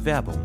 Werbung.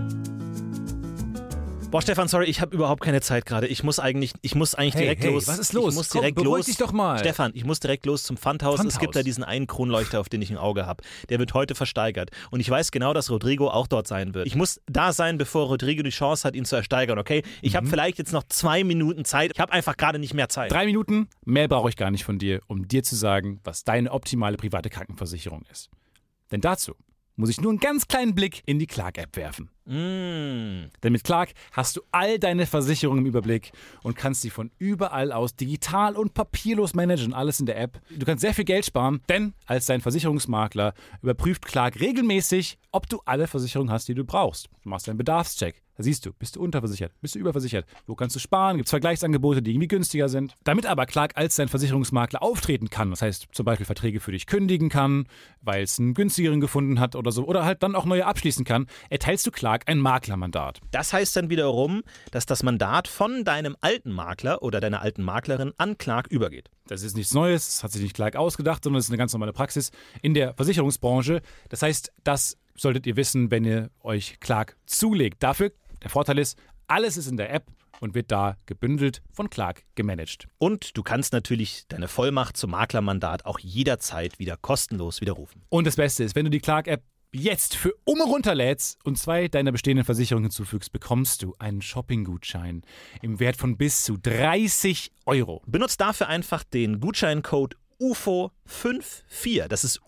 Boah, Stefan, sorry, ich habe überhaupt keine Zeit gerade. Ich muss eigentlich direkt los. Was ist los? Ich muss direkt beruhig dich doch mal. Stefan, ich muss direkt los zum Pfandhaus. Es gibt da diesen einen Kronleuchter, auf den ich ein Auge habe. Der wird heute versteigert. Und ich weiß genau, dass Rodrigo auch dort sein wird. Ich muss da sein, bevor Rodrigo die Chance hat, ihn zu ersteigern, okay? Ich habe vielleicht jetzt noch 2 Minuten Zeit. Ich habe einfach gerade nicht mehr Zeit. 3 Minuten? Mehr brauche ich gar nicht von dir, um dir zu sagen, was deine optimale private Krankenversicherung ist. Denn dazu muss ich nur einen ganz kleinen Blick in die Clark-App werfen. Denn mit Clark hast du all deine Versicherungen im Überblick und kannst sie von überall aus digital und papierlos managen, alles in der App. Du kannst sehr viel Geld sparen, denn als dein Versicherungsmakler überprüft Clark regelmäßig, ob du alle Versicherungen hast, die du brauchst. Du machst einen Bedarfscheck. Da siehst du, bist du unterversichert, bist du überversichert, wo kannst du sparen, gibt es Vergleichsangebote, die irgendwie günstiger sind. Damit aber Clark als dein Versicherungsmakler auftreten kann, das heißt zum Beispiel Verträge für dich kündigen kann, weil es einen günstigeren gefunden hat oder so, oder halt dann auch neue abschließen kann, erteilst du Clark ein Maklermandat. Das heißt dann wiederum, dass das Mandat von deinem alten Makler oder deiner alten Maklerin an Clark übergeht. Das ist nichts Neues, das hat sich nicht Clark ausgedacht, sondern das ist eine ganz normale Praxis in der Versicherungsbranche. Das heißt, das solltet ihr wissen, wenn ihr euch Clark zulegt. Dafür, der Vorteil ist, alles ist in der App und wird da gebündelt von Clark gemanagt. Und du kannst natürlich deine Vollmacht zum Maklermandat auch jederzeit wieder kostenlos widerrufen. Und das Beste ist, wenn du die Clark-App jetzt für runterlädst und 2 deiner bestehenden Versicherungen hinzufügst, bekommst du einen Shopping-Gutschein im Wert von bis zu 30 €. Benutzt dafür einfach den Gutscheincode UFO54, das ist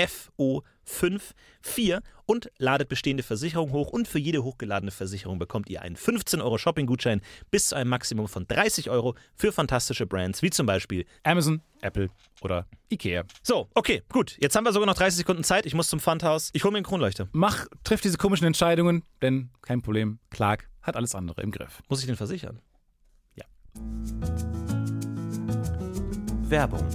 UFO54 und ladet bestehende Versicherungen hoch und für jede hochgeladene Versicherung bekommt ihr einen 15 € Shopping-Gutschein bis zu einem Maximum von 30 € für fantastische Brands wie zum Beispiel Amazon, Apple oder Ikea. So, okay, gut. Jetzt haben wir sogar noch 30 Sekunden Zeit. Ich muss zum Pfandhaus. Ich hole mir einen Kronleuchter. Triff diese komischen Entscheidungen, denn kein Problem, Clark hat alles andere im Griff. Muss ich den versichern? Ja. Werbung.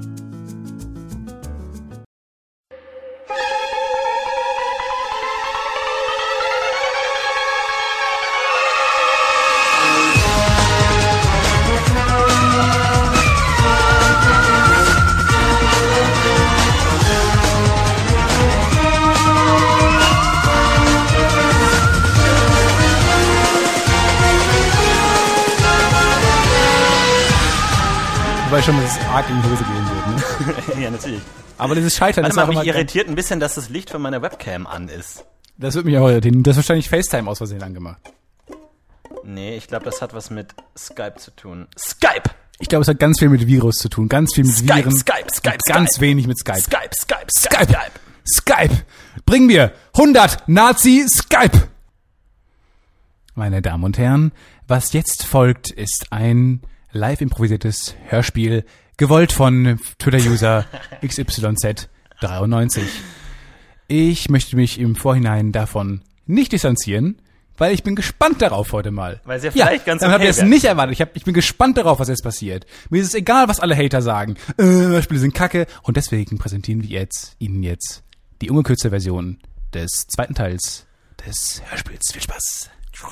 Du weißt schon, dass es arg in die Hose gehen wird, ne? Ja, natürlich. Aber dieses Scheitern Warte ist mal, auch immer... mich irritiert ein bisschen, dass das Licht von meiner Webcam an ist. Das wird mich auch irritieren. Du hast wahrscheinlich FaceTime aus Versehen angemacht. Nee, ich glaube, das hat was mit Skype zu tun. Skype! Ich glaube, es hat ganz viel mit Virus zu tun. Ganz viel mit Viren. Skype. Ganz wenig mit Skype. Skype. Skype! Bring mir 100 Nazi-Skype! Meine Damen und Herren, was jetzt folgt, ist ein live improvisiertes Hörspiel, gewollt von Twitter-User XYZ93. Ich möchte mich im Vorhinein davon nicht distanzieren, weil ich bin gespannt darauf heute mal. Weil es ja vielleicht ganz dann okay habe ich es wäre. nicht erwartet. Ich bin gespannt darauf, was jetzt passiert. Mir ist es egal, was alle Hater sagen. Hörspiele sind kacke. Und deswegen präsentieren wir Ihnen jetzt die ungekürzte Version des zweiten Teils des Hörspiels. Viel Spaß.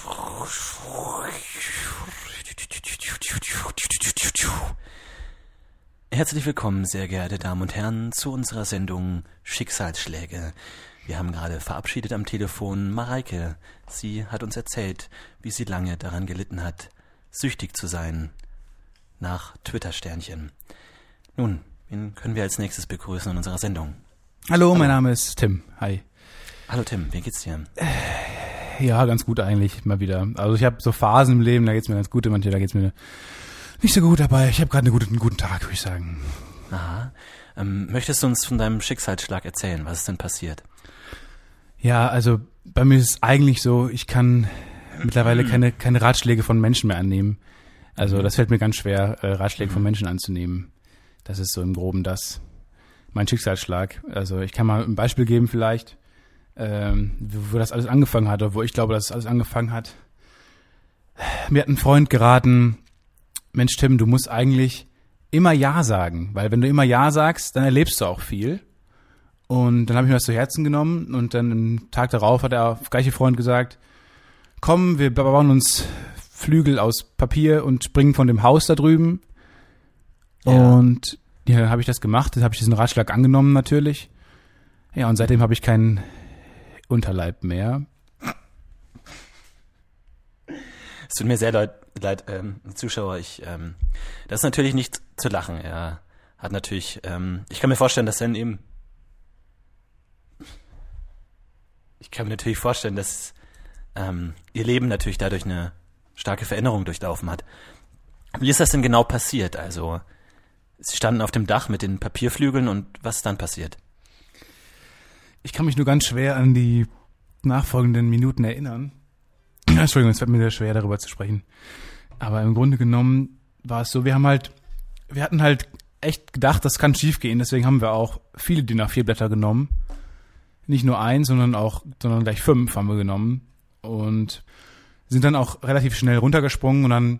Herzlich willkommen, sehr geehrte Damen und Herren, zu unserer Sendung Schicksalsschläge. Wir haben gerade verabschiedet am Telefon Mareike. Sie hat uns erzählt, wie sie lange daran gelitten hat, süchtig zu sein nach Twitter-Sternchen. Nun, wen können wir als nächstes begrüßen in unserer Sendung? Hallo, mein Name ist Tim. Hi. Hallo Tim, wie geht's dir? Ja, ganz gut eigentlich, mal wieder. Also ich habe so Phasen im Leben, da geht's mir ganz gut, manche da geht's mir nicht so gut, aber ich habe gerade einen guten Tag, würde ich sagen. Aha. Möchtest du uns von deinem Schicksalsschlag erzählen? Was ist denn passiert? Ja, also bei mir ist es eigentlich so, ich kann mittlerweile keine Ratschläge von Menschen mehr annehmen. Also das fällt mir ganz schwer, Ratschläge von Menschen anzunehmen. Das ist so im Groben mein Schicksalsschlag. Also ich kann mal ein Beispiel geben vielleicht, wo das alles angefangen hat, oder wo ich glaube, dass es alles angefangen hat. Mir hat ein Freund geraten, Mensch Tim, du musst eigentlich immer Ja sagen, weil wenn du immer Ja sagst, dann erlebst du auch viel. Und dann habe ich mir das zu Herzen genommen und dann am Tag darauf hat der gleiche Freund gesagt, komm, wir bauen uns Flügel aus Papier und springen von dem Haus da drüben. Ja. Und ja, dann habe ich das gemacht, dann habe ich diesen Ratschlag angenommen natürlich. Ja, und seitdem habe ich keinen Unterleib mehr. Es tut mir sehr leid, Zuschauer, das ist natürlich nicht zu lachen. Er hat natürlich, ich kann mir vorstellen, dass ihr Leben natürlich dadurch eine starke Veränderung durchlaufen hat. Wie ist das denn genau passiert? Also, Sie standen auf dem Dach mit den Papierflügeln und was ist dann passiert? Ich kann mich nur ganz schwer an die nachfolgenden Minuten erinnern. Entschuldigung, es wird mir sehr schwer, darüber zu sprechen. Aber im Grunde genommen war es so, wir hatten halt echt gedacht, das kann schief gehen. Deswegen haben wir auch viele DIN A4-Blätter genommen. Nicht nur eins, sondern gleich 5 haben wir genommen. Und sind dann auch relativ schnell runtergesprungen und dann,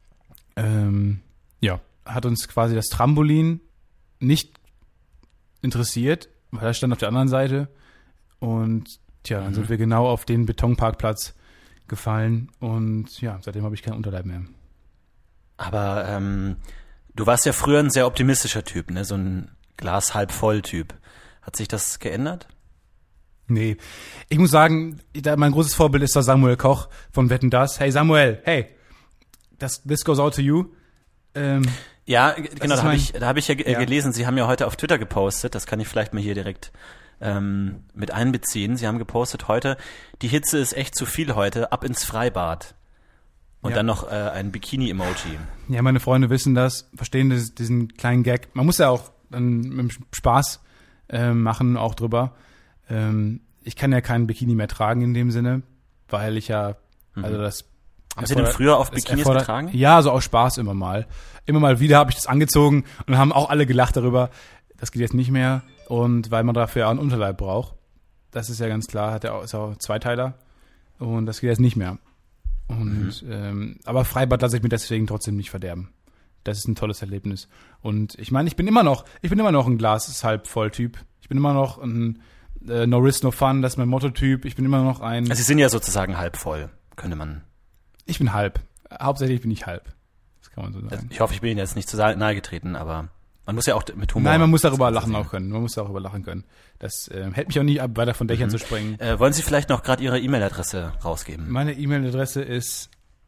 hat uns quasi das Trampolin nicht interessiert, weil das stand auf der anderen Seite. Und dann sind wir genau auf den Betonparkplatz gefallen und ja, seitdem habe ich kein Unterleib mehr. Aber du warst ja früher ein sehr optimistischer Typ, ne? So ein Glas halb voll Typ. Hat sich das geändert? Nee. Ich muss sagen, mein großes Vorbild ist der Samuel Koch von Wetten, dass. Hey Samuel, hey, this goes out to you. Ja, genau, da habe ich gelesen, Sie haben ja heute auf Twitter gepostet, das kann ich vielleicht mal hier direkt mit einbeziehen. Sie haben gepostet heute, die Hitze ist echt zu viel heute, ab ins Freibad. Und dann noch ein Bikini-Emoji. Ja, meine Freunde wissen das, verstehen diesen kleinen Gag. Man muss ja auch dann mit Spaß machen, auch drüber. Ich kann ja keinen Bikini mehr tragen in dem Sinne, weil ich ja, also das... Haben Sie denn früher auf Bikinis getragen? Ja, so aus Spaß immer mal. Immer mal wieder habe ich das angezogen und haben auch alle gelacht darüber. Das geht jetzt nicht mehr und weil man dafür auch einen Unterleib braucht. Das ist ja ganz klar, ist auch Zweiteiler und das geht jetzt nicht mehr. Und aber Freibad lasse ich mir deswegen trotzdem nicht verderben. Das ist ein tolles Erlebnis. Und ich meine, ich bin immer noch ein Glas ist halb voll Typ. Ich bin immer noch ein No Risk, No Fun, das ist mein Motto-Typ. Ich bin immer noch ein... Also Sie sind ja sozusagen halb voll, könnte man... Ich bin halb. Hauptsächlich bin ich halb. Das kann man so sagen. Also ich hoffe, ich bin Ihnen jetzt nicht zu nahe getreten, aber man muss ja auch mit Humor... Nein, man muss darüber lachen auch können. Man muss darüber lachen können. Das hält mich auch nie ab, weiter von Dächern zu springen. Wollen Sie vielleicht noch gerade Ihre E-Mail-Adresse rausgeben? Meine E-Mail-Adresse ist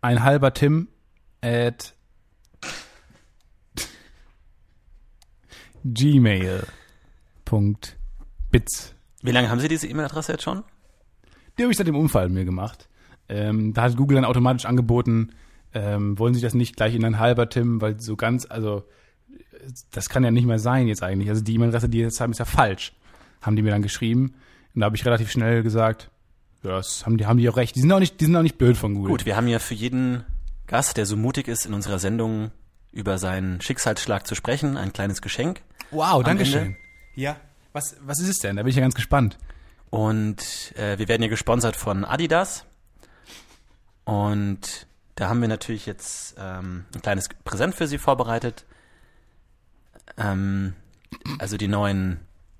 einhalbertim@gmail.biz. Wie lange haben Sie diese E-Mail-Adresse jetzt schon? Die habe ich seit dem Unfall mir gemacht. Da hat Google dann automatisch angeboten, wollen Sie das nicht gleich in ein halber Tim, weil so ganz, also das kann ja nicht mehr sein jetzt eigentlich. Also die E-Mail-Adresse, die jetzt haben, ist ja falsch. Haben die mir dann geschrieben. Und da habe ich relativ schnell gesagt, ja, das haben die auch recht. Die sind auch nicht blöd von Google. Gut, wir haben ja für jeden Gast, der so mutig ist, in unserer Sendung über seinen Schicksalsschlag zu sprechen, ein kleines Geschenk. Wow, danke schön. Ja, was ist es denn? Da bin ich ja ganz gespannt. Und wir werden ja gesponsert von Adidas. Und da haben wir natürlich jetzt ein kleines Präsent für Sie vorbereitet. Also die neuen,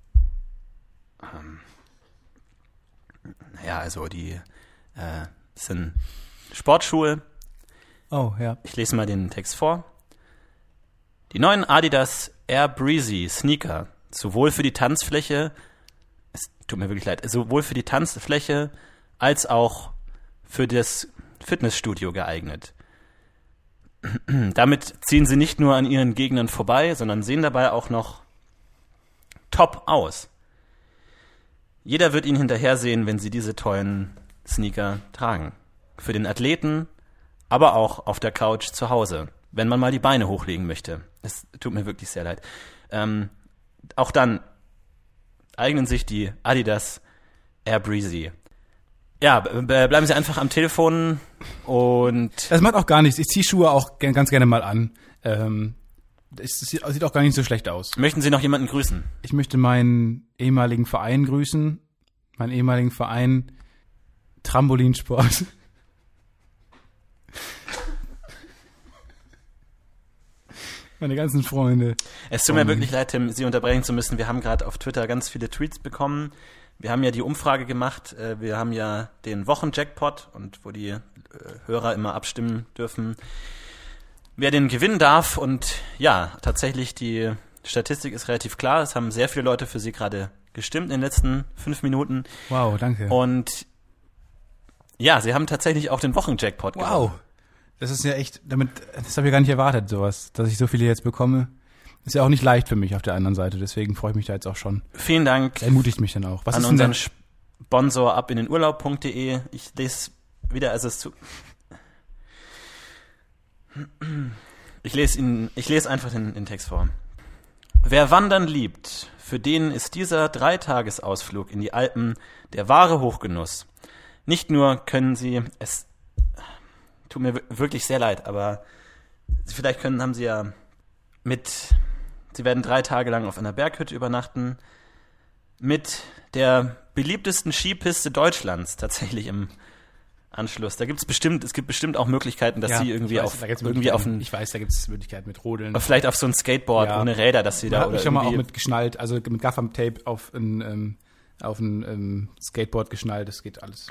sind Sportschuhe. Oh, ja. Ich lese mal den Text vor. Die neuen Adidas Air Breezy Sneaker, sowohl für die Tanzfläche, es tut mir wirklich leid, sowohl für die Tanzfläche als auch für das Fitnessstudio geeignet. Damit ziehen sie nicht nur an ihren Gegnern vorbei, sondern sehen dabei auch noch top aus. Jeder wird ihnen hinterher sehen, wenn sie diese tollen Sneaker tragen. Für den Athleten, aber auch auf der Couch zu Hause, wenn man mal die Beine hochlegen möchte. Es tut mir wirklich sehr leid. Auch dann eignen sich die Adidas Air Breezy. Ja, bleiben Sie einfach am Telefon und... Das macht auch gar nichts. Ich ziehe Schuhe auch ganz gerne mal an. Es sieht auch gar nicht so schlecht aus. Möchten Sie noch jemanden grüßen? Ich möchte meinen ehemaligen Verein grüßen. Meinen ehemaligen Verein Trampolinsport. Meine ganzen Freunde. Es tut mir wirklich leid, Tim, Sie unterbrechen zu müssen. Wir haben gerade auf Twitter ganz viele Tweets bekommen. Wir haben ja die Umfrage gemacht. Wir haben ja den Wochenjackpot und wo die Hörer immer abstimmen dürfen, wer den gewinnen darf. Und ja, tatsächlich, die Statistik ist relativ klar. Es haben sehr viele Leute für Sie gerade gestimmt in den letzten 5 Minuten. Wow, danke. Und ja, Sie haben tatsächlich auch den Wochenjackpot gewonnen. Wow. Das ist ja echt, das habe ich gar nicht erwartet, sowas, dass ich so viele jetzt bekomme. Ist ja auch nicht leicht für mich auf der anderen Seite, deswegen freue ich mich da jetzt auch schon. Vielen Dank. Das ermutigt mich dann auch. Was an ist unseren Sponsor abindenurlaub.de. Ich lese wieder, Ich lese einfach den Text vor. Wer Wandern liebt, für den ist dieser 3-Tagesausflug in die Alpen der wahre Hochgenuss. Nicht nur können Sie es, tut mir wirklich sehr leid, aber vielleicht haben Sie ja Sie werden 3 Tage lang auf einer Berghütte übernachten, mit der beliebtesten Skipiste Deutschlands tatsächlich im Anschluss. Es gibt bestimmt auch Möglichkeiten, dass Sie irgendwie auf ein... Ich weiß, da gibt es Möglichkeiten mit Rodeln. Vielleicht auf so ein Skateboard ohne Räder, dass Sie da... Ich habe mal auch mit geschnallt, also mit Gaffer-Tape auf ein Skateboard geschnallt. Das geht alles.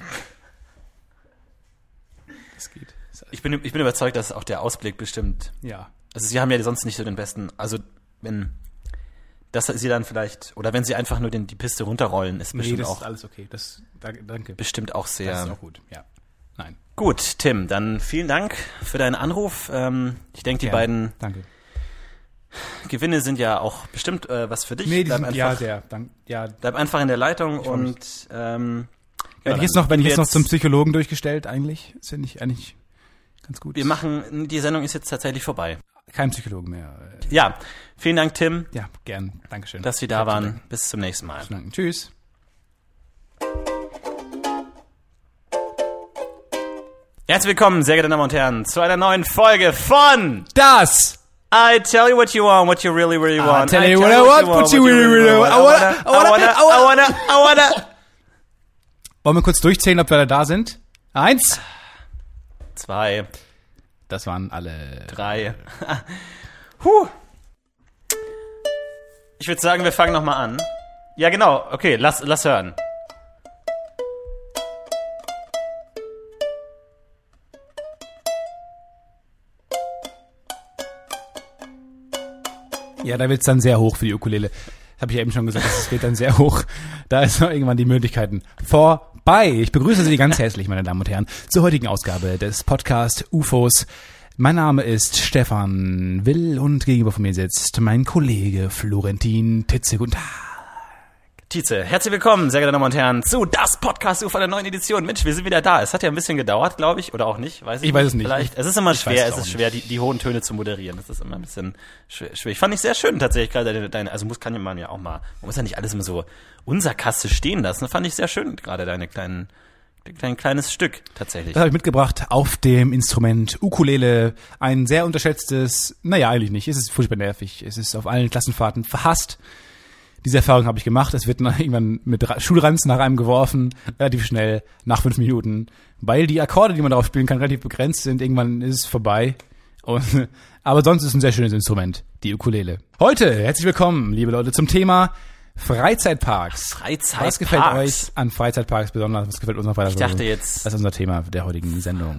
Das geht. Ich bin überzeugt, dass auch der Ausblick bestimmt... Ja. Also Sie haben ja sonst nicht so den besten... Also dass Sie dann vielleicht... Oder wenn Sie einfach nur die Piste runterrollen, ist bestimmt auch... Nee, das ist alles okay. Danke. Bestimmt auch sehr... Das ist auch gut, ja. Nein. Gut, Tim, dann vielen Dank für deinen Anruf. Ich denke, die beiden Gewinne sind ja auch bestimmt was für dich. Nee, bleib einfach in der Leitung und wenn ich jetzt noch zum Psychologen durchgestellt, eigentlich, ist ja nicht eigentlich ganz gut. Die Sendung ist jetzt tatsächlich vorbei. Kein Psychologen mehr. Ja, vielen Dank, Tim. Ja, gern. Dankeschön. Dass Sie da waren. Bis zum nächsten Mal. Tschüss. Herzlich willkommen, sehr geehrte Damen und Herren, zu einer neuen Folge von Das I tell you what you want, what you really, really want. I tell you what I want, what you really, really want. I wanna. Wollen wir kurz durchzählen, ob wir da sind? 1, 2. Das waren alle. 3. Ich würde sagen, wir fangen nochmal an. Ja, genau. Okay, lass hören. Ja, da wird's dann sehr hoch für die Ukulele. Habe ich ja eben schon gesagt, es geht dann sehr hoch. Da ist noch irgendwann die Möglichkeiten vorbei. Ich begrüße Sie ganz herzlich, meine Damen und Herren, zur heutigen Ausgabe des Podcast UFOs. Mein Name ist Stefan Will und gegenüber von mir sitzt mein Kollege Florentin Titze. Guten Tag. Tietze, herzlich willkommen, sehr geehrte Damen und Herren, zu das Podcast UFO der neuen Edition. Mensch, wir sind wieder da. Es hat ja ein bisschen gedauert, glaube ich, oder auch nicht. Ich weiß es nicht. Vielleicht. Es ist immer schwer, die hohen Töne zu moderieren. Das ist immer ein bisschen schwierig. Fand ich sehr schön tatsächlich gerade kann man ja auch mal, man muss ja nicht alles immer so unsarkastisch stehen lassen. Das fand ich sehr schön, gerade dein kleines Stück tatsächlich. Das habe ich mitgebracht auf dem Instrument Ukulele. Ein sehr unterschätztes, eigentlich nicht, es ist furchtbar nervig. Es ist auf allen Klassenfahrten verhasst. Diese Erfahrung habe ich gemacht. Es wird irgendwann mit Schulranzen nach einem geworfen, relativ schnell, nach 5 Minuten. Weil die Akkorde, die man darauf spielen kann, relativ begrenzt sind. Irgendwann ist es vorbei. Aber sonst ist es ein sehr schönes Instrument, die Ukulele. Heute, herzlich willkommen, liebe Leute, zum Thema Freizeitparks. Was gefällt euch an Freizeitparks besonders? Was gefällt uns an Freizeitparks? Ich dachte jetzt... Das ist unser Thema der heutigen Sendung.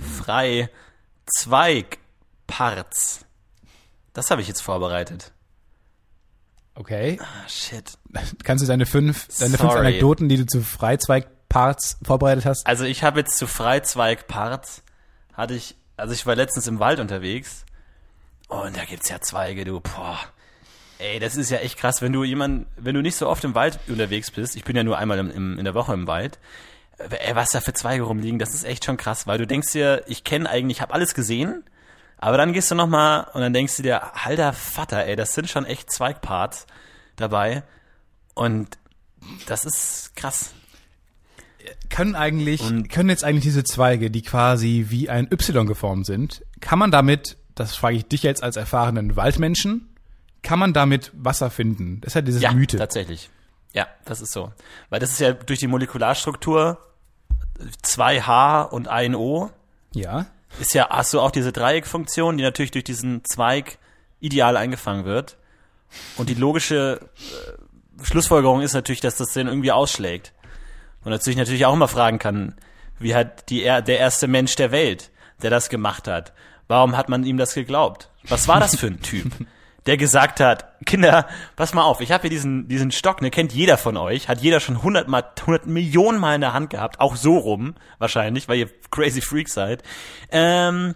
Freizweigparks. Das habe ich jetzt vorbereitet. Okay. Shit. Kannst du deine fünf Anekdoten, die du zu Freizweigparks vorbereitet hast? Also ich habe jetzt zu Freizweigparks ich war letztens im Wald unterwegs und da gibt's ja Zweige, Ey, das ist ja echt krass, wenn du nicht so oft im Wald unterwegs bist, ich bin ja nur einmal in der Woche im Wald, was da für Zweige rumliegen, das ist echt schon krass, weil du denkst dir, ich habe alles gesehen. Aber dann gehst du nochmal und dann denkst du dir, alter Vater, ey, das sind schon echt Zweigparts dabei. Und das ist krass. Können jetzt eigentlich diese Zweige, die quasi wie ein Y geformt sind, kann man damit, das frage ich dich jetzt als erfahrenen Waldmenschen, kann man damit Wasser finden? Das ist ja diese Mythe. Ja, tatsächlich. Ja, das ist so. Weil das ist ja durch die Molekularstruktur 2H und ein O. Ja. Hast du auch diese Dreieckfunktion, die natürlich durch diesen Zweig ideal eingefangen wird. Und die logische Schlussfolgerung ist natürlich, dass das den irgendwie ausschlägt. Und natürlich auch immer fragen kann, wie hat der erste Mensch der Welt, der das gemacht hat, warum hat man ihm das geglaubt? Was war das für ein Typ, der gesagt hat, Kinder, pass mal auf, ich habe hier diesen Stock, kennt jeder von euch, hat jeder schon 100 Millionen Mal in der Hand gehabt, auch so rum wahrscheinlich, weil ihr crazy Freaks seid.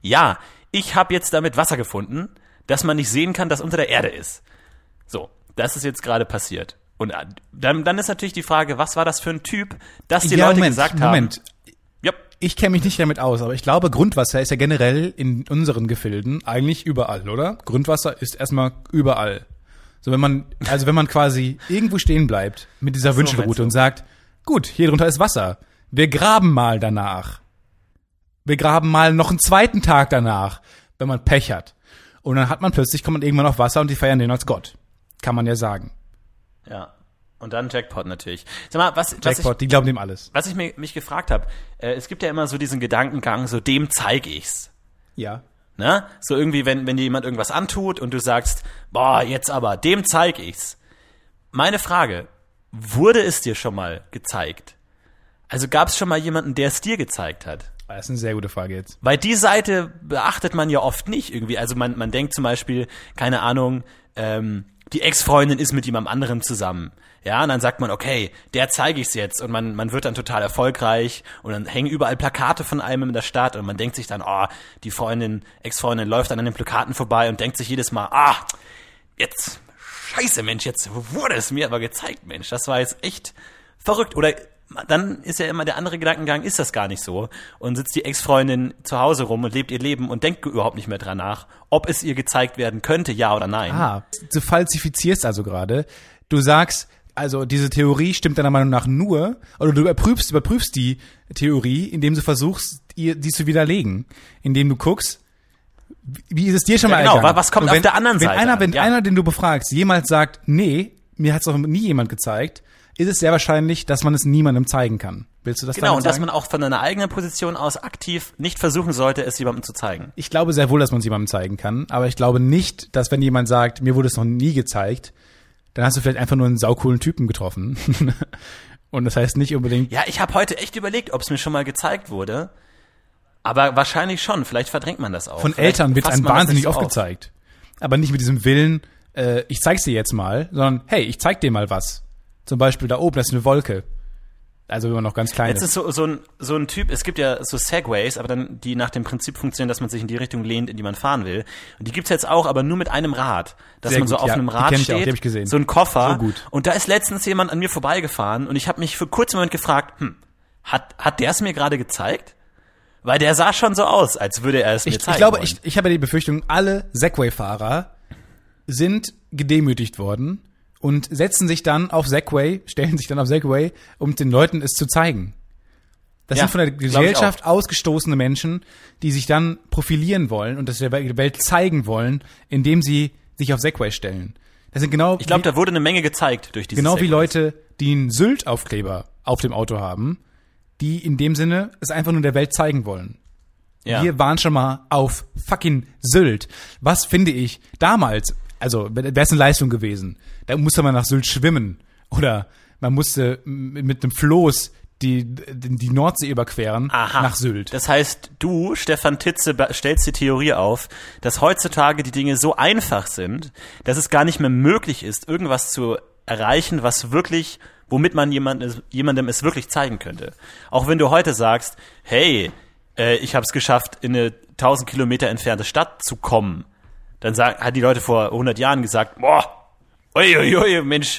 ja, ich habe jetzt damit Wasser gefunden, dass man nicht sehen kann, dass unter der Erde ist. So, das ist jetzt gerade passiert. Und dann ist natürlich die Frage, was war das für ein Typ, dass die Leute gesagt haben. Moment. Ich kenne mich nicht damit aus, aber ich glaube, Grundwasser ist ja generell in unseren Gefilden eigentlich überall, oder? Grundwasser ist erstmal überall. So, wenn man quasi irgendwo stehen bleibt mit dieser Wünschelrute und sagt, gut, hier drunter ist Wasser. Wir graben mal danach. Wir graben mal noch einen zweiten Tag danach, wenn man Pech hat. Und dann kommt man irgendwann auf Wasser und die feiern den als Gott. Kann man ja sagen. Ja. Und dann Jackpot natürlich. Sag mal, die glauben dem alles. Was ich mich gefragt habe, es gibt ja immer so diesen Gedankengang, so dem zeige ich's. Ja. Ne? So irgendwie, wenn dir jemand irgendwas antut und du sagst, boah, jetzt aber, dem zeige ich's. Meine Frage, wurde es dir schon mal gezeigt? Also gab es schon mal jemanden, der es dir gezeigt hat? Das ist eine sehr gute Frage jetzt. Weil die Seite beachtet man ja oft nicht irgendwie. Also man denkt zum Beispiel, keine Ahnung, die Ex-Freundin ist mit jemandem anderen zusammen. Ja, und dann sagt man, okay, der zeige ich's jetzt. Und man wird dann total erfolgreich. Und dann hängen überall Plakate von einem in der Stadt. Und man denkt sich dann, die Ex-Freundin läuft dann an den Plakaten vorbei und denkt sich jedes Mal, jetzt, scheiße, Mensch, jetzt wurde es mir aber gezeigt, Mensch. Das war jetzt echt verrückt. Oder dann ist ja immer der andere Gedankengang, ist das gar nicht so. Und sitzt die Ex-Freundin zu Hause rum und lebt ihr Leben und denkt überhaupt nicht mehr dran nach, ob es ihr gezeigt werden könnte, ja oder nein. Du falsifizierst also gerade. Du sagst, also diese Theorie stimmt deiner Meinung nach nur, oder du überprüfst die Theorie, indem du versuchst, die zu widerlegen. Indem du guckst, wie ist es dir schon mal ergangen? Genau, was kommt auf der anderen Seite Wenn einer, den du befragst, jemals sagt, nee, mir hat's noch nie jemand gezeigt, ist es sehr wahrscheinlich, dass man es niemandem zeigen kann. Willst du das Genau, und sagen? dass man auch von einer eigenen Position aus aktiv nicht versuchen sollte, es jemandem zu zeigen. Ich glaube sehr wohl, dass man es jemandem zeigen kann, aber ich glaube nicht, dass wenn jemand sagt, mir wurde es noch nie gezeigt, dann hast du vielleicht einfach nur einen saucoolen Typen getroffen. Und das heißt nicht unbedingt... Ja, ich habe heute echt überlegt, ob es mir schon mal gezeigt wurde. Aber wahrscheinlich schon. Vielleicht verdrängt man das auch. Von Vielleicht Eltern wird einem wahnsinnig oft auf. gezeigt. Aber nicht mit diesem Willen, ich zeig's dir jetzt mal, sondern hey, ich zeig dir mal was. Zum Beispiel da oben, das ist eine Wolke. Also wenn man noch ganz klein ist. Jetzt ist so ein Typ, es gibt ja so Segways, aber dann die nach dem Prinzip funktionieren, dass man sich in die Richtung lehnt, in die man fahren will. Und die gibt's jetzt auch, aber nur mit einem Rad. Dass Sehr man so gut, auf einem Rad die steht, die hab ich gesehen. so ein Koffer. So gut. Und da ist letztens jemand an mir vorbeigefahren und ich habe mich für einen kurzen Moment gefragt, hat der es mir gerade gezeigt? Weil der sah schon so aus, als würde er es mir zeigen Ich glaube, wollen. ich habe die Befürchtung, alle Segway-Fahrer sind gedemütigt worden und stellen sich dann auf Segway, um den Leuten es zu zeigen. Das sind von der Gesellschaft ausgestoßene Menschen, die sich dann profilieren wollen und das der Welt zeigen wollen, indem sie sich auf Segway stellen. Das sind genau. Ich glaube, da wurde eine Menge gezeigt durch diese Genau Segways. wie Leute, die einen Sylt-Aufkleber auf dem Auto haben, die in dem Sinne es einfach nur der Welt zeigen wollen. Ja. Wir waren schon mal auf fucking Sylt. Was finde ich damals, also wäre es eine Leistung gewesen, da musste man nach Sylt schwimmen oder man musste mit einem Floß die Nordsee überqueren nach Sylt. Das heißt, du, Stefan Titze, stellst die Theorie auf, dass heutzutage die Dinge so einfach sind, dass es gar nicht mehr möglich ist, irgendwas zu erreichen, womit man jemandem es wirklich zeigen könnte. Auch wenn du heute sagst, hey, ich habe es geschafft, in eine 1000 Kilometer entfernte Stadt zu kommen, dann hat die Leute vor 100 Jahren gesagt, Mensch,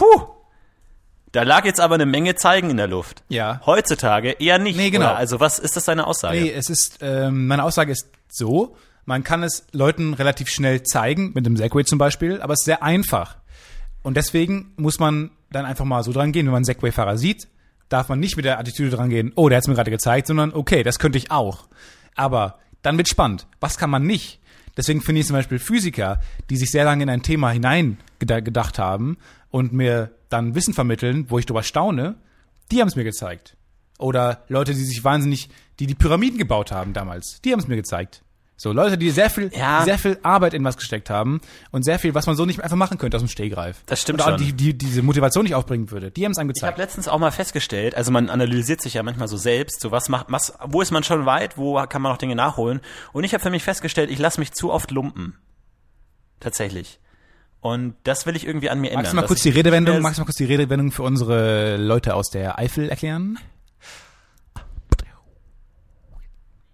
da lag jetzt aber eine Menge Zeigen in der Luft. Ja. Heutzutage eher nicht. Nee, genau. Oder? Also was ist das deine Aussage? Nee, meine Aussage ist so, man kann es Leuten relativ schnell zeigen, mit dem Segway zum Beispiel, aber es ist sehr einfach. Und deswegen muss man dann einfach mal so dran gehen, wenn man einen Segway-Fahrer sieht, darf man nicht mit der Attitüde dran gehen, oh, der hat es mir gerade gezeigt, sondern okay, das könnte ich auch. Aber dann wird spannend. Was kann man nicht? Deswegen finde ich zum Beispiel Physiker, die sich sehr lange in ein Thema hineingedacht haben und mir dann Wissen vermitteln, wo ich drüber staune, die haben es mir gezeigt. Oder Leute, die Pyramiden gebaut haben damals, die haben es mir gezeigt. So, Leute, die sehr viel Arbeit in was gesteckt haben und sehr viel, was man so nicht einfach machen könnte aus dem Stegreif. Das stimmt schon. schon. Die diese Motivation nicht aufbringen würde. Die haben es einem gezeigt. Ich habe letztens auch mal festgestellt, also man analysiert sich ja manchmal so selbst, so wo ist man schon weit, wo kann man noch Dinge nachholen? Und ich habe für mich festgestellt, ich lasse mich zu oft lumpen. Tatsächlich. Und das will ich irgendwie an mir ändern. Magst du mal kurz die Redewendung für unsere Leute aus der Eifel erklären?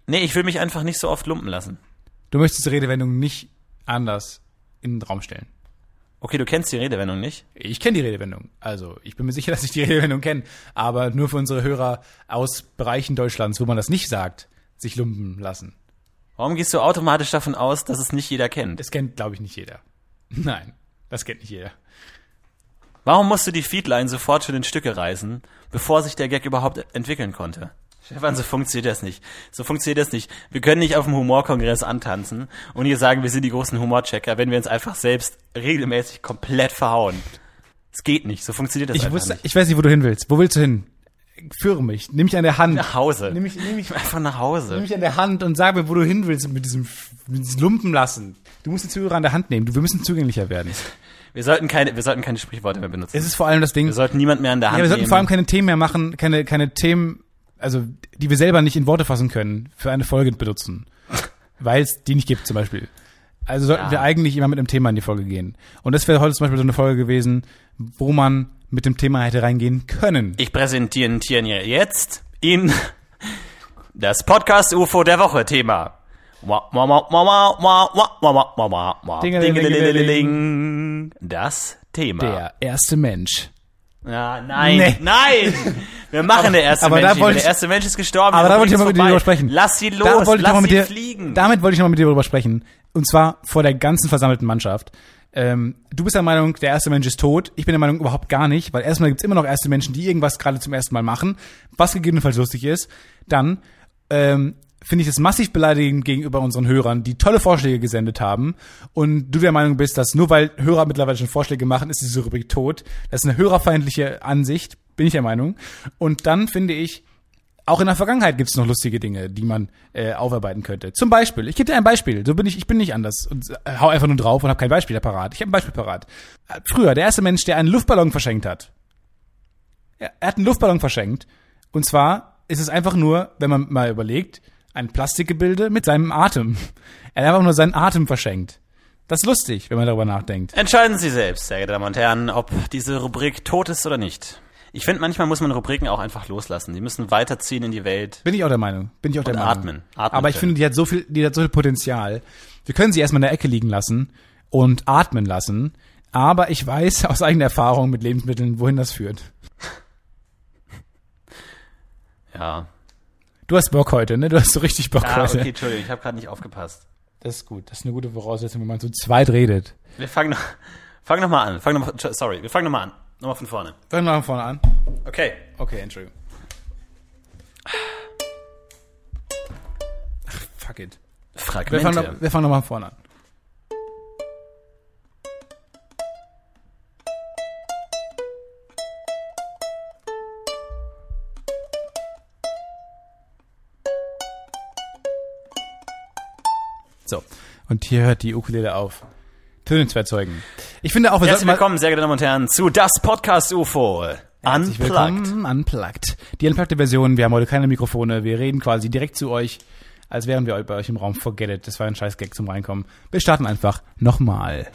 Nee, ich will mich einfach nicht so oft lumpen lassen. Du möchtest die Redewendung nicht anders in den Raum stellen. Okay, du kennst die Redewendung nicht? Ich kenne die Redewendung. Also, ich bin mir sicher, dass ich die Redewendung kenne. Aber nur für unsere Hörer aus Bereichen Deutschlands, wo man das nicht sagt, sich lumpen lassen. Warum gehst du automatisch davon aus, dass es nicht jeder kennt? Das kennt, glaube ich, nicht jeder. Nein, das kennt nicht jeder. Warum musst du die Feedline sofort schon in Stücke reißen, bevor sich der Gag überhaupt entwickeln konnte? Stefan, so funktioniert das nicht. So funktioniert das nicht. Wir können nicht auf dem Humorkongress antanzen und hier sagen, wir sind die großen Humorchecker, wenn wir uns einfach selbst regelmäßig komplett verhauen. Es geht nicht. So funktioniert das einfach nicht. Ich weiß nicht, wo du hin willst. Wo willst du hin? Führe mich. Nimm mich an der Hand. Nach Hause. Nimm mich einfach nach Hause. Nimm mich an der Hand und sag mir, wo du hin willst mit diesem Lumpen lassen. Du musst die Zuhörer an der Hand nehmen. Wir müssen zugänglicher werden. Wir sollten keine Sprichworte mehr benutzen. Es ist vor allem das Ding. Wir sollten niemand mehr an der Hand nehmen. Wir sollten vor allem keine Themen mehr machen, keine Themen, also die wir selber nicht in Worte fassen können, für eine Folge benutzen. Weil es die nicht gibt zum Beispiel. Also sollten wir eigentlich immer mit einem Thema in die Folge gehen. Und das wäre heute zum Beispiel so eine Folge gewesen, wo man mit dem Thema hätte reingehen können. Ich präsentiere jetzt Ihnen das Podcast-UFO der Woche Thema. Das Thema. Der erste Mensch. Ja, nein. Wir machen der erste Mensch. Der erste Mensch ist gestorben. Aber da wollte ich mal mit dir drüber sprechen. Lass sie los, lass sie fliegen. Damit wollte ich noch mal mit dir drüber sprechen. Und zwar vor der ganzen versammelten Mannschaft. Du bist der Meinung, der erste Mensch ist tot. Ich bin der Meinung, überhaupt gar nicht. Weil erstmal gibt's immer noch erste Menschen, die irgendwas gerade zum ersten Mal machen, was gegebenenfalls lustig ist. Dann finde ich es massiv beleidigend gegenüber unseren Hörern, die tolle Vorschläge gesendet haben. Und du der Meinung bist, dass nur weil Hörer mittlerweile schon Vorschläge machen, ist diese Rubrik tot. Das ist eine hörerfeindliche Ansicht, bin ich der Meinung. Und dann finde ich, auch in der Vergangenheit gibt es noch lustige Dinge, die man aufarbeiten könnte. Zum Beispiel, ich gebe dir ein Beispiel, ich bin nicht anders und hau einfach nur drauf und habe kein Beispiel parat. Ich habe ein Beispiel parat. Früher, der erste Mensch, der einen Luftballon verschenkt hat. Er hat einen Luftballon verschenkt. Und zwar ist es einfach nur, wenn man mal überlegt, ein Plastikgebilde mit seinem Atem. Er hat einfach nur seinen Atem verschenkt. Das ist lustig, wenn man darüber nachdenkt. Entscheiden Sie selbst, sehr geehrte Damen und Herren, ob diese Rubrik tot ist oder nicht. Ich finde, manchmal muss man Rubriken auch einfach loslassen. Die müssen weiterziehen in die Welt. Bin ich auch der Meinung. Atmen. Aber ich finde, die hat so viel Potenzial. Wir können sie erstmal in der Ecke liegen lassen und atmen lassen. Aber ich weiß aus eigener Erfahrung mit Lebensmitteln, wohin das führt. Ja. Du hast Bock heute, ne? Du hast so richtig Bock heute. Okay, Entschuldigung, ich habe gerade nicht aufgepasst. Das ist gut. Das ist eine gute Voraussetzung, wenn man zu zweit redet. Wir fangen noch mal an. Wir fangen noch mal an. Nochmal von vorne. Fangen wir mal von vorne an. Okay, Entschuldigung. Ach, fuck it. Fragmente. Wir fangen noch mal von vorne an. So, und hier hört die Ukulele auf. Töne zu erzeugen. Ich finde auch, herzlich willkommen, sehr geehrte Damen und Herren, zu das Podcast-UFO. Unplugged. Die unpluggte Version, wir haben heute keine Mikrofone, wir reden quasi direkt zu euch, als wären wir bei euch im Raum. Forget it, das war ein scheiß Gag zum Reinkommen. Wir starten einfach nochmal.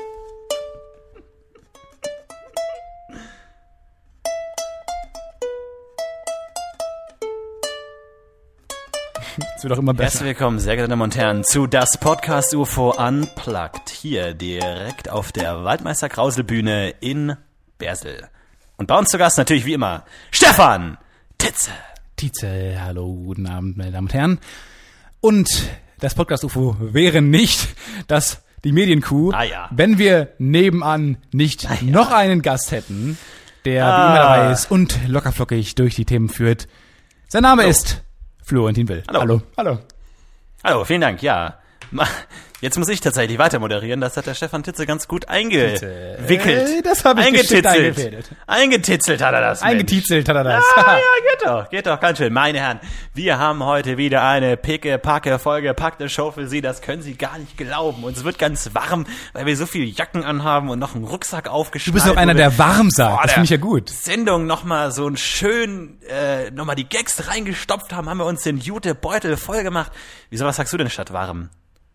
Es wird auch immer besser. Herzlich willkommen, sehr geehrte Damen und Herren, zu das Podcast-UFO Unplugged. Hier direkt auf der Waldmeister-Krausel-Bühne in Bersel. Und bei uns zu Gast natürlich wie immer Stefan Tietze. Hallo, guten Abend, meine Damen und Herren. Und das Podcast-UFO wäre nicht die Medienkuh, wenn wir nebenan nicht noch einen Gast hätten, der wie immer dabei ist und lockerflockig durch die Themen führt. Sein Name ist Florentin Will. Hallo, vielen Dank, ja. Jetzt muss ich tatsächlich weiter moderieren. Das hat der Stefan Tietze ganz gut eingewickelt. Das habe ich Eingetitzelt hat er das. Eingetizelt hat er das. Ja, geht doch, ganz schön. Meine Herren, wir haben heute wieder eine picke-packe, vollgepackte Show für Sie. Das können Sie gar nicht glauben. Uns wird ganz warm, weil wir so viele Jacken anhaben und noch einen Rucksack aufgeschnallt. Du bist doch einer, der warm sagt. Das finde ich ja gut. Sendung nochmal so ein schön, nochmal die Gags reingestopft haben wir uns den Jutebeutel voll gemacht. Wieso, was sagst du denn statt warm?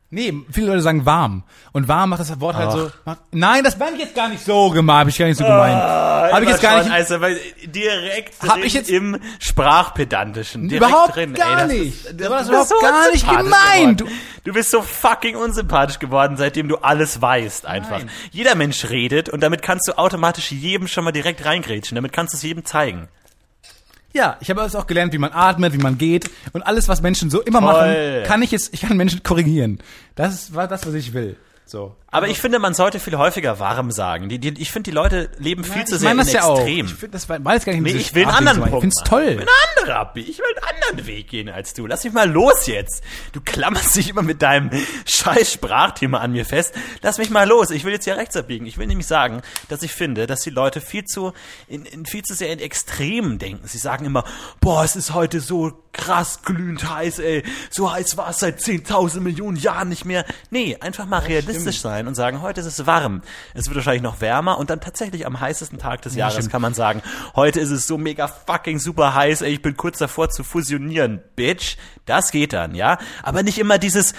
Nee, viele Leute sagen warm. Und warm macht das Wort halt so. Nein, das meine ich jetzt gar nicht so gemeint. Habe ich gar nicht so gemeint. Habe ich jetzt gar nicht. Also direkt hab ich jetzt im Sprachpedantischen. Direkt überhaupt drin. gar Ey, nicht. Das war ist überhaupt so gar nicht gemeint. Du bist so fucking unsympathisch geworden, seitdem du alles weißt einfach. Nein. Jeder Mensch redet und damit kannst du automatisch jedem schon mal direkt reingrätschen. Damit kannst du es jedem zeigen. Ja, ich habe jetzt auch gelernt, wie man atmet, wie man geht und alles, was Menschen so immer machen, ich kann Menschen korrigieren. Das war das, was ich will. So. Aber ich finde, man sollte viel häufiger warm sagen. Ich finde, die Leute leben viel zu sehr in das ja Extrem. Auch. Ich finde, das war jetzt gar nicht Ich will einen anderen Punkt. Ich finde es toll. Ich will einen anderen Abbieg. Ich will einen anderen Weg gehen als du. Lass mich mal los jetzt. Du klammerst dich immer mit deinem scheiß Sprachthema an mir fest. Lass mich mal los. Ich will jetzt hier rechts abbiegen. Ich will nämlich sagen, dass ich finde, dass die Leute viel zu sehr in Extremen denken. Sie sagen immer, boah, es ist heute so krass glühend heiß, ey. So heiß war es seit 10.000 Millionen Jahren nicht mehr. Nee, einfach mal realistisch sein und sagen, heute ist es warm. Es wird wahrscheinlich noch wärmer und dann tatsächlich am heißesten Tag des Jahres kann man sagen, heute ist es so mega fucking super heiß, ey, ich bin kurz davor zu fusionieren, Bitch. Das geht dann, ja? Aber nicht immer dieses,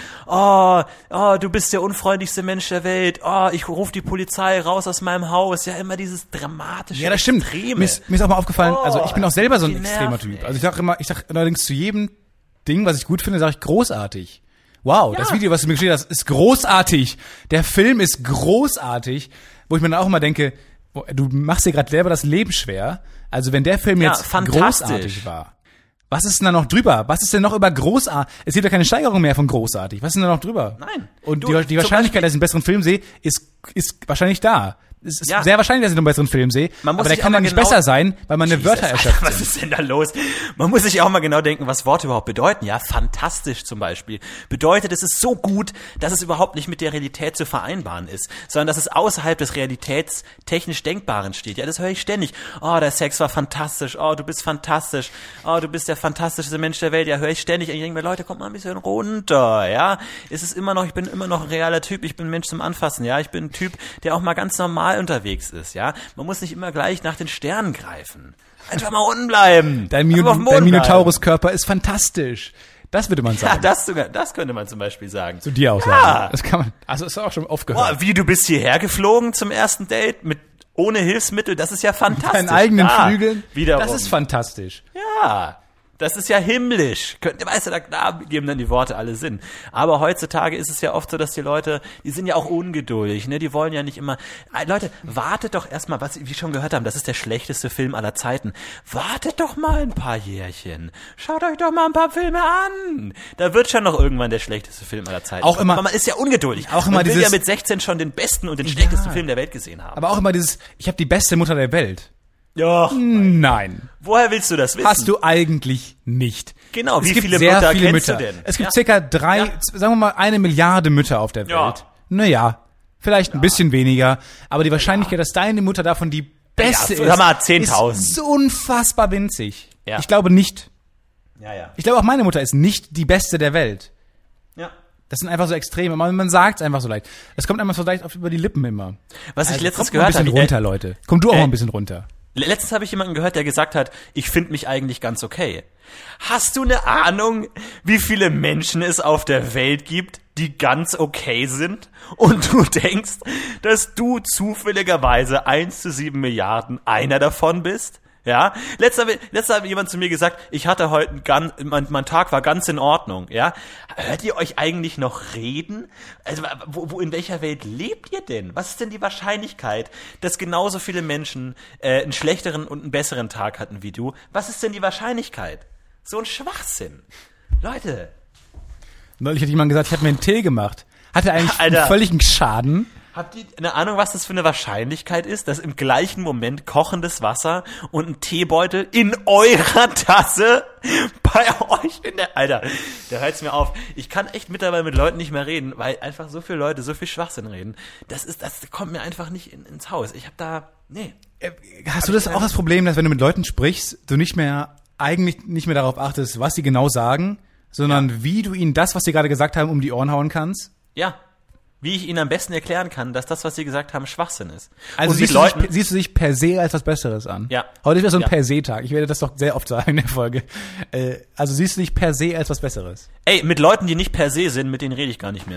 du bist der unfreundlichste Mensch der Welt, ich rufe die Polizei raus aus meinem Haus, ja, immer dieses dramatische, ja, das stimmt. Extreme. Mir ist auch mal aufgefallen, also ich bin auch selber so ein extremer Typ. Also ich sag allerdings zu jedem Ding, was ich gut finde, sage ich großartig. Wow, ja. Das Video, was du mir geschickt hast, ist großartig. Der Film ist großartig, wo ich mir dann auch immer denke, du machst dir gerade selber das Leben schwer. Also wenn der Film jetzt großartig war, was ist denn da noch drüber? Was ist denn noch über großartig? Es gibt ja keine Steigerung mehr von großartig. Was ist denn da noch drüber? Nein. Und die Wahrscheinlichkeit, dass ich einen besseren Film sehe, ist wahrscheinlich da. Es ist sehr wahrscheinlich, dass ich einen besseren Film sehe, aber der kann dann nicht besser sein, weil meine Wörter erschöpft sind. Was ist denn da los? Man muss sich auch mal genau denken, was Worte überhaupt bedeuten. Ja, fantastisch zum Beispiel. Bedeutet, es ist so gut, dass es überhaupt nicht mit der Realität zu vereinbaren ist, sondern dass es außerhalb des realitätstechnisch Denkbaren steht. Ja, das höre ich ständig. Oh, der Sex war fantastisch. Oh, du bist fantastisch. Oh, du bist der fantastischste Mensch der Welt. Ja, höre ich ständig. Ich denke mir, Leute, kommt mal ein bisschen runter. Ja, ich bin immer noch ein realer Typ. Ich bin ein Mensch zum Anfassen. Ja, ich bin ein Typ, der auch mal ganz normal unterwegs ist, ja. Man muss nicht immer gleich nach den Sternen greifen. Einfach mal unten bleiben. Dein Minotaurus-Körper ist fantastisch. Das würde man sagen. Ja, das könnte man zum Beispiel sagen. Zu dir auch sagen. Das kann man, also ist auch schon aufgehört. Oh, wie, du bist hierher geflogen zum ersten Date ohne Hilfsmittel, das ist ja fantastisch. Mit deinen eigenen Flügeln. Wiederum. Das ist fantastisch. Ja. Das ist ja himmlisch. Weißt du, da geben dann die Worte alle Sinn. Aber heutzutage ist es ja oft so, dass die Leute, die sind ja auch ungeduldig, ne? Die wollen ja nicht immer, Leute, wartet doch erstmal, was wir schon gehört haben, das ist der schlechteste Film aller Zeiten. Wartet doch mal ein paar Jährchen. Schaut euch doch mal ein paar Filme an. Da wird schon noch irgendwann der schlechteste Film aller Zeiten. Auch immer. Aber man ist ja ungeduldig. Auch immer man will ja mit 16 schon den besten und den schlechtesten Film der Welt gesehen haben. Aber auch immer ich habe die beste Mutter der Welt. Ja. Nein. Woher willst du das wissen? Hast du eigentlich nicht. Genau, wie viele Mütter kennst du denn? Es gibt circa sagen wir mal 1 Milliarde Mütter auf der Welt. Ja. Naja, vielleicht ein bisschen weniger, aber die Wahrscheinlichkeit, dass deine Mutter davon die beste ist, sag mal 10.000. ist so unfassbar winzig. Ja. Ich glaube nicht. Ja. Ich glaube auch meine Mutter ist nicht die beste der Welt. Ja. Das sind einfach so Extreme. Man sagt es einfach so leicht. Es kommt einfach so leicht über die Lippen immer. Was ich letztens gehört habe. Kommt ein bisschen runter, Leute. Komm du auch mal ein bisschen runter. Letztens habe ich jemanden gehört, der gesagt hat, ich finde mich eigentlich ganz okay. Hast du eine Ahnung, wie viele Menschen es auf der Welt gibt, die ganz okay sind? Und du denkst, dass du zufälligerweise 1:7 Milliarden einer davon bist? Ja, letzter hat jemand zu mir gesagt, ich hatte heute mein Tag war ganz in Ordnung, ja. Hört ihr euch eigentlich noch reden? Also, in welcher Welt lebt ihr denn? Was ist denn die Wahrscheinlichkeit, dass genauso viele Menschen einen schlechteren und einen besseren Tag hatten wie du? Was ist denn die Wahrscheinlichkeit? So ein Schwachsinn. Leute. Neulich hat jemand gesagt, ich habe mir einen Tee gemacht. Hatte eigentlich einen völligen Schaden. Habt ihr eine Ahnung, was das für eine Wahrscheinlichkeit ist, dass im gleichen Moment kochendes Wasser und ein Teebeutel in eurer Tasse bei euch Alter, da hört's mir auf. Ich kann echt mittlerweile mit Leuten nicht mehr reden, weil einfach so viele Leute so viel Schwachsinn reden. Das kommt mir einfach nicht ins Haus. Ich hab da, nee. Hast du das auch das Problem, dass wenn du mit Leuten sprichst, du eigentlich nicht mehr darauf achtest, was sie genau sagen, sondern wie du ihnen das, was sie gerade gesagt haben, um die Ohren hauen kannst? Ja. Wie ich ihnen am besten erklären kann, dass das, was sie gesagt haben, Schwachsinn ist. Also siehst du dich per se als was Besseres an? Ja. Heute ist ja so ein Per se-Tag. Ich werde das doch sehr oft sagen in der Folge. Also siehst du dich per se als was Besseres? Ey, mit Leuten, die nicht per se sind, mit denen rede ich gar nicht mehr.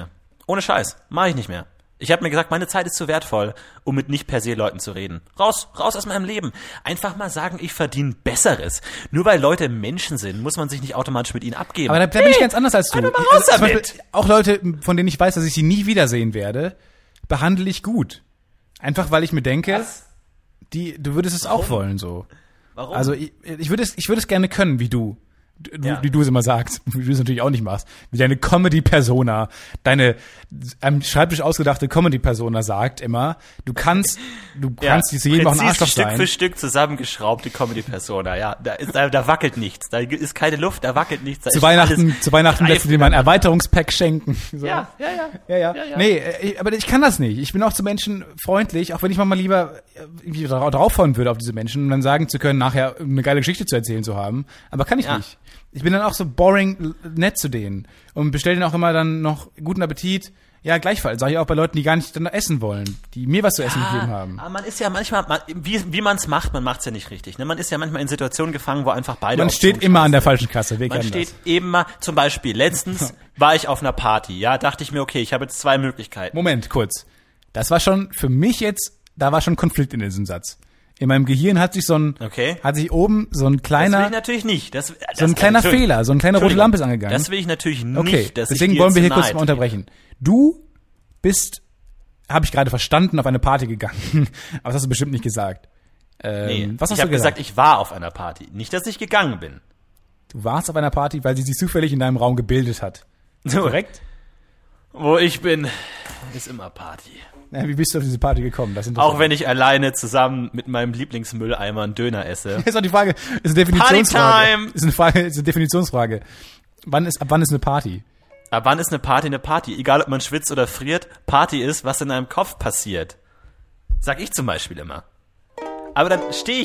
Ohne Scheiß. Mach ich nicht mehr. Ich habe mir gesagt, meine Zeit ist zu wertvoll, um mit nicht per se Leuten zu reden. Raus aus meinem Leben. Einfach mal sagen, ich verdiene Besseres. Nur weil Leute Menschen sind, muss man sich nicht automatisch mit ihnen abgeben. Aber da bin ich ganz anders als du. Mal raus Zum damit. Beispiel auch Leute, von denen ich weiß, dass ich sie nie wiedersehen werde, behandle ich gut. Einfach, weil ich mir denke, du würdest es auch wollen, so. Warum? Also ich würde es gerne können, wie du. Wie du es immer sagst, wie du es natürlich auch nicht machst, wie deine Comedy-Persona, deine am Schreibtisch ausgedachte Comedy-Persona sagt immer, du kannst zu jedem auch ein Arschloch Stück sein. für Stück zusammengeschraubte Comedy-Persona, ja. Da wackelt nichts, da ist keine Luft, da wackelt nichts. Da Zu Weihnachten lässt du dir mal ein Erweiterungspack schenken. So. Ja. Nee, aber ich kann das nicht. Ich bin auch zu Menschen freundlich, auch wenn ich mal lieber irgendwie draufhauen würde auf diese Menschen, um dann sagen zu können, nachher eine geile Geschichte zu erzählen zu haben. Aber kann ich nicht. Ich bin dann auch so boring nett zu denen und bestelle denen auch immer dann noch guten Appetit. Ja, gleichfalls. Sage ich auch bei Leuten, die gar nicht dann essen wollen, die mir was zu essen gegeben haben. Aber man ist ja manchmal, wie man es macht, man macht es ja nicht richtig. Ne? Man ist ja manchmal in Situationen gefangen, wo einfach beide Man steht immer an der falschen Kasse. Man steht eben mal, zum Beispiel, letztens war ich auf einer Party, ja, dachte ich mir, okay, ich habe jetzt 2 Möglichkeiten. Moment, kurz. Das war schon für mich jetzt, da war schon Konflikt in diesem Satz. In meinem Gehirn hat sich oben so ein kleiner, das will ich natürlich nicht. So ein kleiner Fehler, so eine kleine rote Lampe ist angegangen. Das will ich natürlich nicht. Okay, dass deswegen wollen wir hier kurz mal unterbrechen. Du bist, habe ich gerade verstanden, auf eine Party gegangen. Aber das hast du bestimmt nicht gesagt. Nee, was hast ich du habe gesagt, ich war auf einer Party. Nicht, dass ich gegangen bin. Du warst auf einer Party, weil sie sich zufällig in deinem Raum gebildet hat. So, korrekt? Wo ich bin, ist immer Party. Ja, wie bist du auf diese Party gekommen? Auch wenn ich alleine zusammen mit meinem Lieblingsmülleimer einen Döner esse. Ist auch die Frage, ist eine Definitionsfrage. Ist eine Definitionsfrage. Ab wann ist eine Party? Ab wann ist eine Party eine Party? Egal, ob man schwitzt oder friert, Party ist, was in einem Kopf passiert. Sag ich zum Beispiel immer. Aber dann stehe ich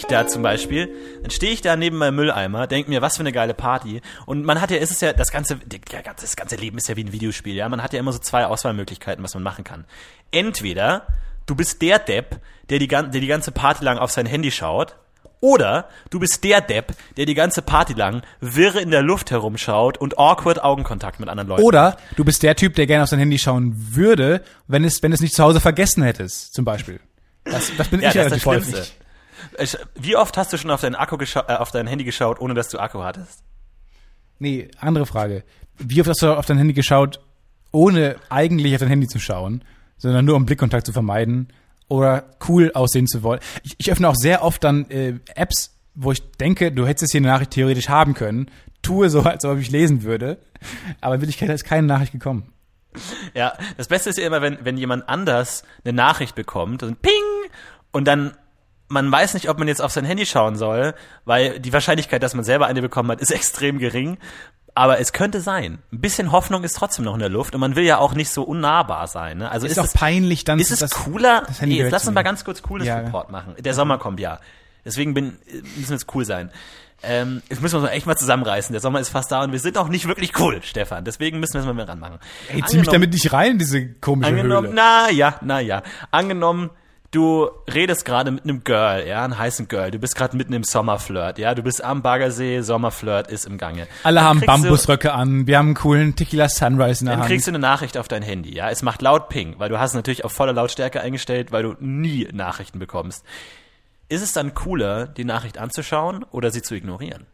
da neben meinem Mülleimer, denk mir, was für eine geile Party. Und man hat ja, das ganze Leben ist ja wie ein Videospiel, ja. Man hat ja immer so 2 Auswahlmöglichkeiten, was man machen kann. Entweder du bist der Depp, der die ganze Party lang auf sein Handy schaut, oder du bist der Depp, der die ganze Party lang wirr in der Luft herumschaut und awkward Augenkontakt mit anderen Leuten. Oder du bist der Typ, der gerne auf sein Handy schauen würde, wenn es nicht zu Hause vergessen hättest, zum Beispiel. Das bin ich relativ häufig. Wie oft hast du schon auf dein Handy geschaut, ohne dass du Akku hattest? Nee, andere Frage. Wie oft hast du auf dein Handy geschaut, ohne eigentlich auf dein Handy zu schauen, sondern nur um Blickkontakt zu vermeiden oder cool aussehen zu wollen? Ich öffne auch sehr oft dann Apps, wo ich denke, du hättest hier eine Nachricht theoretisch haben können, tue so, als ob ich lesen würde, aber in Wirklichkeit ist keine Nachricht gekommen. Ja, das Beste ist ja immer, wenn jemand anders eine Nachricht bekommt und Ping und dann man weiß nicht, ob man jetzt auf sein Handy schauen soll, weil die Wahrscheinlichkeit, dass man selber eine bekommen hat, ist extrem gering. Aber es könnte sein. Ein bisschen Hoffnung ist trotzdem noch in der Luft und man will ja auch nicht so unnahbar sein. Ne? Also ist auch peinlich dann. Ist es cooler? Jetzt lass uns mal ganz kurz cooles Report machen. Der Sommer kommt ja. Deswegen müssen wir jetzt cool sein. Jetzt müssen wir uns echt mal zusammenreißen. Der Sommer ist fast da und wir sind auch nicht wirklich cool, Stefan. Deswegen müssen wir es mal mehr ranmachen. Ey, zieh mich damit nicht rein in diese komische Höhle. Na ja. Angenommen, du redest gerade mit einem Girl, ja, einem heißen Girl. Du bist gerade mitten im Sommerflirt, ja. Du bist am Baggersee, Sommerflirt ist im Gange. Alle haben Bambusröcke an, wir haben einen coolen Tequila Sunrise in der Hand. Dann kriegst du eine Nachricht auf dein Handy, ja. Es macht laut Ping, weil du hast natürlich auf voller Lautstärke eingestellt, weil du nie Nachrichten bekommst. Ist es dann cooler, die Nachricht anzuschauen oder sie zu ignorieren?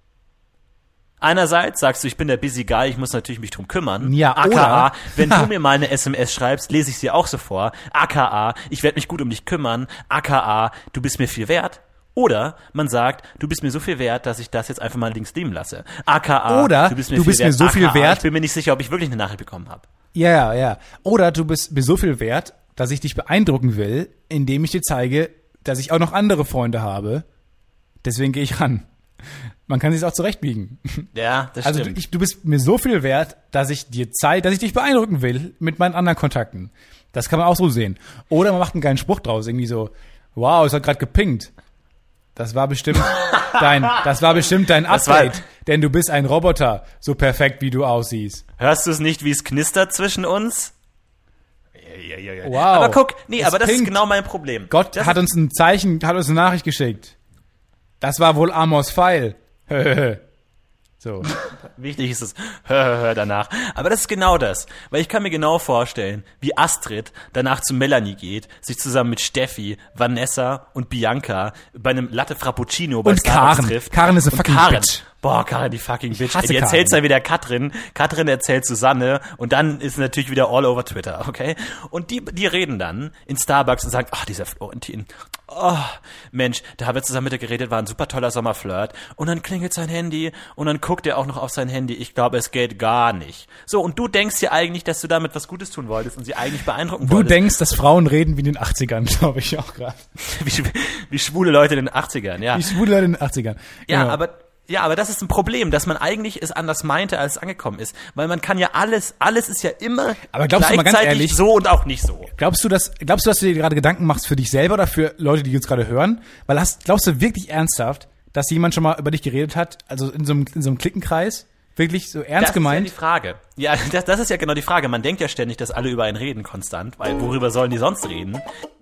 Einerseits sagst du, ich bin der busy Guy, ich muss natürlich mich drum kümmern. Ja, AKA, oder? Wenn du mir mal eine SMS schreibst, lese ich sie auch so vor. AKA, ich werde mich gut um dich kümmern. AKA, du bist mir viel wert. Oder man sagt, du bist mir so viel wert, dass ich das jetzt einfach mal links liegen lasse. AKA, oder du bist mir so viel wert. Ich bin mir nicht sicher, ob ich wirklich eine Nachricht bekommen habe. Ja. Oder du bist mir so viel wert, dass ich dich beeindrucken will, indem ich dir zeige, dass ich auch noch andere Freunde habe. Deswegen gehe ich ran. Man kann sich auch zurechtbiegen. Ja, das stimmt. Also du bist mir so viel wert, dass ich dir zeige, dass ich dich beeindrucken will mit meinen anderen Kontakten. Das kann man auch so sehen. Oder man macht einen geilen Spruch draus, irgendwie so, wow, es hat gerade gepinkt. Das war bestimmt dein Update, denn du bist ein Roboter, so perfekt wie du aussiehst. Hörst du es nicht, wie es knistert zwischen uns? Ja. Wow. Aber guck, aber das pinkt. ist genau mein Problem. Gott hat uns eine Nachricht geschickt. Das war wohl Amos Pfeil. So. Wichtig ist es danach. Aber das ist genau das. Weil ich kann mir genau vorstellen, wie Astrid danach zu Melanie geht, sich zusammen mit Steffi, Vanessa und Bianca bei einem Latte Frappuccino bei Starbucks trifft. Karen ist eine fucking Bitch. Boah, Karen, die fucking Bitch. Die erzählt's dann wieder Katrin. Katrin erzählt Susanne. Und dann ist natürlich wieder all over Twitter, okay? Und die reden dann in Starbucks und sagen, ach, dieser Florentin. Oh, Mensch, da haben wir zusammen mit ihr geredet, war ein super toller Sommerflirt. Und dann klingelt sein Handy und dann guckt er auch noch auf sein Handy. Ich glaube, es geht gar nicht. So, und du denkst dir eigentlich, dass du damit was Gutes tun wolltest und sie eigentlich beeindrucken wolltest. Du denkst, dass Frauen reden wie in den 80ern, glaube ich auch gerade. wie schwule Leute in den 80ern, ja. Wie schwule Leute in den 80ern. Ja, genau. Aber das ist ein Problem, dass man eigentlich es anders meinte, als es angekommen ist. Weil man kann ja alles ist ja immer aber glaubst du mal ganz ehrlich, so und auch nicht so. Glaubst du, dass du dir gerade Gedanken machst für dich selber oder für Leute, die uns gerade hören? Weil glaubst du wirklich ernsthaft, dass jemand schon mal über dich geredet hat, also in so einem Klickenkreis? Wirklich so ernst gemeint? Das ist ja die Frage. Ja, das ist ja genau die Frage. Man denkt ja ständig, dass alle über einen reden konstant, weil worüber sollen die sonst reden?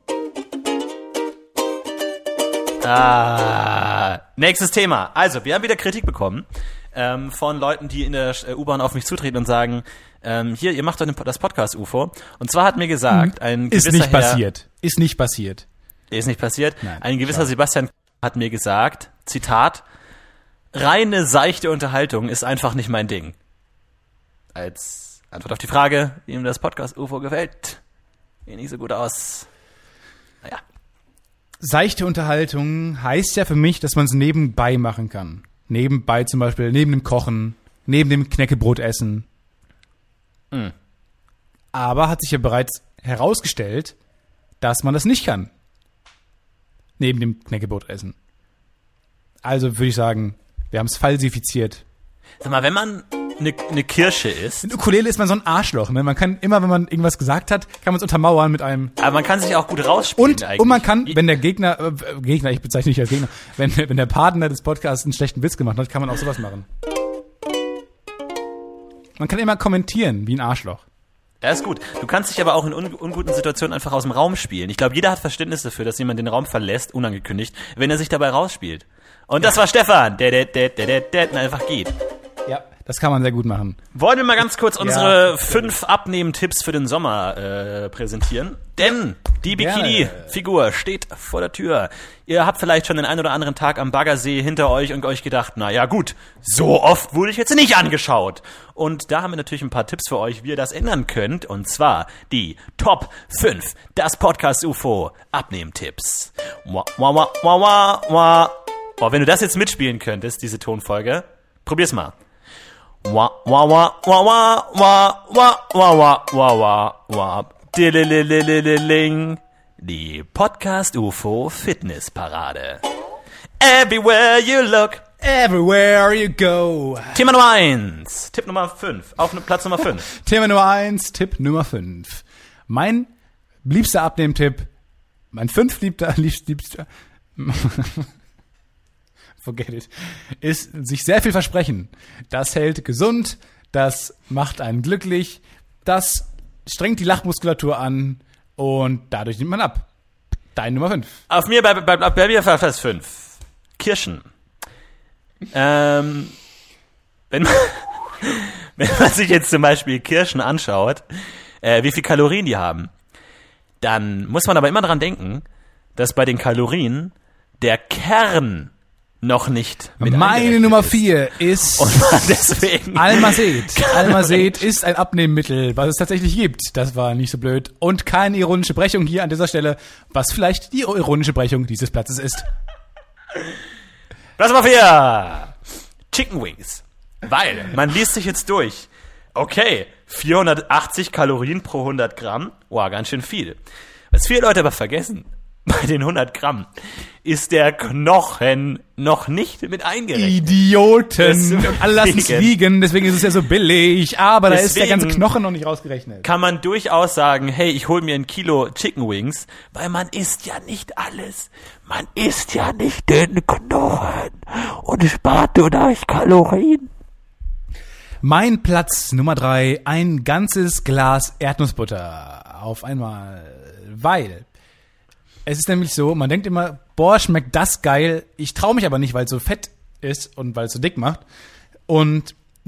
Nächstes Thema. Also, wir haben wieder Kritik bekommen von Leuten, die in der U-Bahn auf mich zutreten und sagen, hier, ihr macht doch das Podcast-UFO. Und zwar hat mir gesagt, ein gewisser Ist nicht passiert. Ist nicht passiert. Nein, ein gewisser Sebastian hat mir gesagt, Zitat, reine seichte Unterhaltung ist einfach nicht mein Ding. Als Antwort auf die Frage, wie ihm das Podcast-UFO gefällt. Sieht nicht so gut aus. Naja. Seichte Unterhaltung heißt ja für mich, dass man es nebenbei machen kann. Nebenbei zum Beispiel, neben dem Kochen, neben dem Knäckebrotessen. Mhm. Aber hat sich ja bereits herausgestellt, dass man das nicht kann. Neben dem Knäckebrotessen. Also würde ich sagen, wir haben es falsifiziert. Sag mal, wenn man eine Kirsche isst. In Ukulele ist man so ein Arschloch. Ne? Man kann immer, wenn man irgendwas gesagt hat, kann man es untermauern mit einem. Aber man kann sich auch gut rausspielen eigentlich. Und man kann, wenn der Gegner, ich bezeichne nicht als Gegner, wenn der Partner des Podcasts einen schlechten Witz gemacht hat, kann man auch sowas machen. Man kann immer kommentieren, wie ein Arschloch. Ja, ist gut. Du kannst dich aber auch in unguten Situationen einfach aus dem Raum spielen. Ich glaube, jeder hat Verständnis dafür, dass jemand den Raum verlässt, unangekündigt, wenn er sich dabei rausspielt. Und das war Stefan, der einfach geht. Ja, das kann man sehr gut machen. Wollen wir mal ganz kurz unsere 5 Abnehmen-Tipps für den Sommer präsentieren? Denn die Bikini-Figur steht vor der Tür. Ihr habt vielleicht schon den einen oder anderen Tag am Baggersee hinter euch und euch gedacht, na ja gut, so oft wurde ich jetzt nicht angeschaut. Und da haben wir natürlich ein paar Tipps für euch, wie ihr das ändern könnt. Und zwar die Top 5, das Podcast-UFO Abnehmen-Tipps. Boah, wenn du das jetzt mitspielen könntest, diese Tonfolge, probier's mal. Die Podcast-UFO Fitnessparade. Everywhere you look. Everywhere you go. Thema Nummer 1. Tipp Nummer 5. Auf Platz Nummer 5. Thema Nummer 1, Tipp Nummer 5. Mein liebster Abnehmtipp, mein liebster forget it, ist sich sehr viel versprechen. Das hält gesund, das macht einen glücklich, das strengt die Lachmuskulatur an und dadurch nimmt man ab. Dein Nummer 5. Auf mir bei mir Platz 5. Kirschen. Wenn man sich jetzt zum Beispiel Kirschen anschaut, wie viel Kalorien die haben, dann muss man aber immer daran denken, dass bei den Kalorien der Kern noch nicht mit meine Nummer 4 ist deswegen Almazet. Almazet ist ein Abnehmmittel, was es tatsächlich gibt. Das war nicht so blöd. Und keine ironische Brechung hier an dieser Stelle, was vielleicht die ironische Brechung dieses Platzes ist. Platz Nummer 4. Chicken Wings. Weil, man liest sich jetzt durch. Okay, 480 Kalorien pro 100 Gramm. Wow, ganz schön viel. Was viele Leute aber vergessen, bei den 100 Gramm ist der Knochen noch nicht mit eingerechnet. Idioten! Und alle lassen es liegen, deswegen ist es ja so billig. Aber da ist der ganze Knochen noch nicht rausgerechnet. Kann man durchaus sagen, hey, ich hol mir 1 Kilo Chicken Wings, weil man isst ja nicht alles. Man isst ja nicht den Knochen und spart dadurch Kalorien. Mein Platz Nummer 3, ein ganzes Glas Erdnussbutter auf einmal, weil es ist nämlich so, man denkt immer, boah, schmeckt das geil. Ich traue mich aber nicht, weil es so fett ist und weil es so dick macht. Und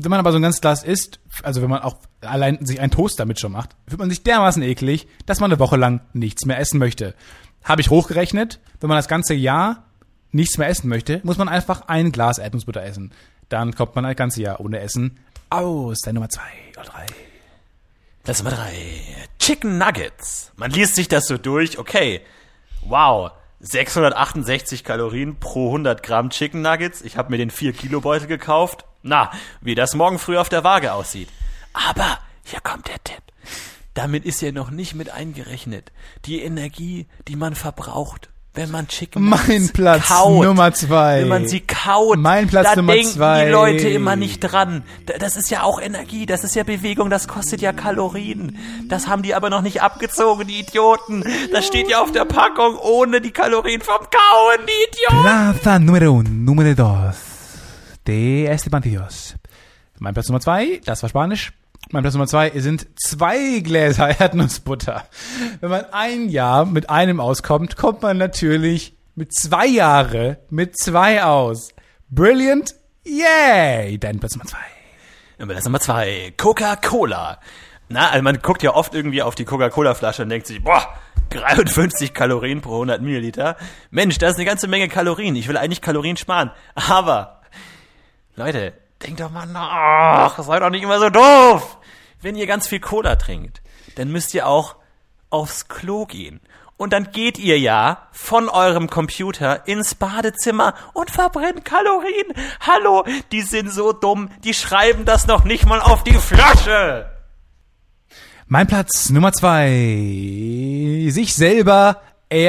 Wenn man aber so ein ganzes Glas isst, also wenn man auch allein sich einen Toast damit schon macht, fühlt man sich dermaßen eklig, dass man eine Woche lang nichts mehr essen möchte. Habe ich hochgerechnet, wenn man das ganze Jahr nichts mehr essen möchte, muss man einfach ein Glas Erdnussbutter essen. Dann kommt man ein ganzes Jahr ohne Essen aus. Deine Nummer 2 oder 3. Das ist Nummer 3. Chicken Nuggets. Man liest sich das so durch. Okay, wow. 668 Kalorien pro 100 Gramm Chicken Nuggets. Ich habe mir den 4-Kilo-Beutel gekauft. Na, wie das morgen früh auf der Waage aussieht. Aber hier kommt der Tipp. Damit ist ja noch nicht mit eingerechnet die Energie, die man verbraucht, wenn man Chicken Nuggets Mein Platz kaut. Nummer 2. Wenn man sie kaut, Mein Platz da Nummer denken 2. die Leute immer nicht dran. Das ist ja auch Energie, das ist ja Bewegung, das kostet ja Kalorien. Das haben die aber noch nicht abgezogen, die Idioten. Das steht ja auf der Packung ohne die Kalorien vom Kauen, die Idioten. Plaza Numero 1, Numero 2 de Esteban Dios. Mein Platz Nummer 2, das war Spanisch. Mein Platz Nummer 2 sind 2 Gläser Erdnussbutter. Wenn man ein Jahr mit einem auskommt, kommt man natürlich mit 2 Jahre mit 2 aus. Brilliant, yay! Dein Platz Nummer 2. Platz Nummer 2, Coca-Cola. Na, also man guckt ja oft irgendwie auf die Coca-Cola-Flasche und denkt sich, boah, 53 Kalorien pro 100 Milliliter. Mensch, das ist eine ganze Menge Kalorien. Ich will eigentlich Kalorien sparen. Aber, Leute, denkt doch mal nach, seid doch nicht immer so doof. Wenn ihr ganz viel Cola trinkt, dann müsst ihr auch aufs Klo gehen. Und dann geht ihr ja von eurem Computer ins Badezimmer und verbrennt Kalorien. Hallo, die sind so dumm, die schreiben das noch nicht mal auf die Flasche. Mein Platz Nummer 2. Sich selber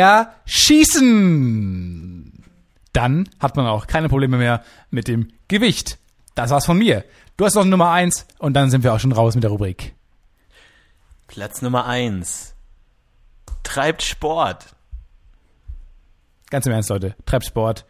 erschießen. Dann hat man auch keine Probleme mehr mit dem Gewicht. Das war's von mir. Du hast noch Nummer 1 und dann sind wir auch schon raus mit der Rubrik. Platz Nummer 1. Treibt Sport. Ganz im Ernst, Leute. Treibt Sport.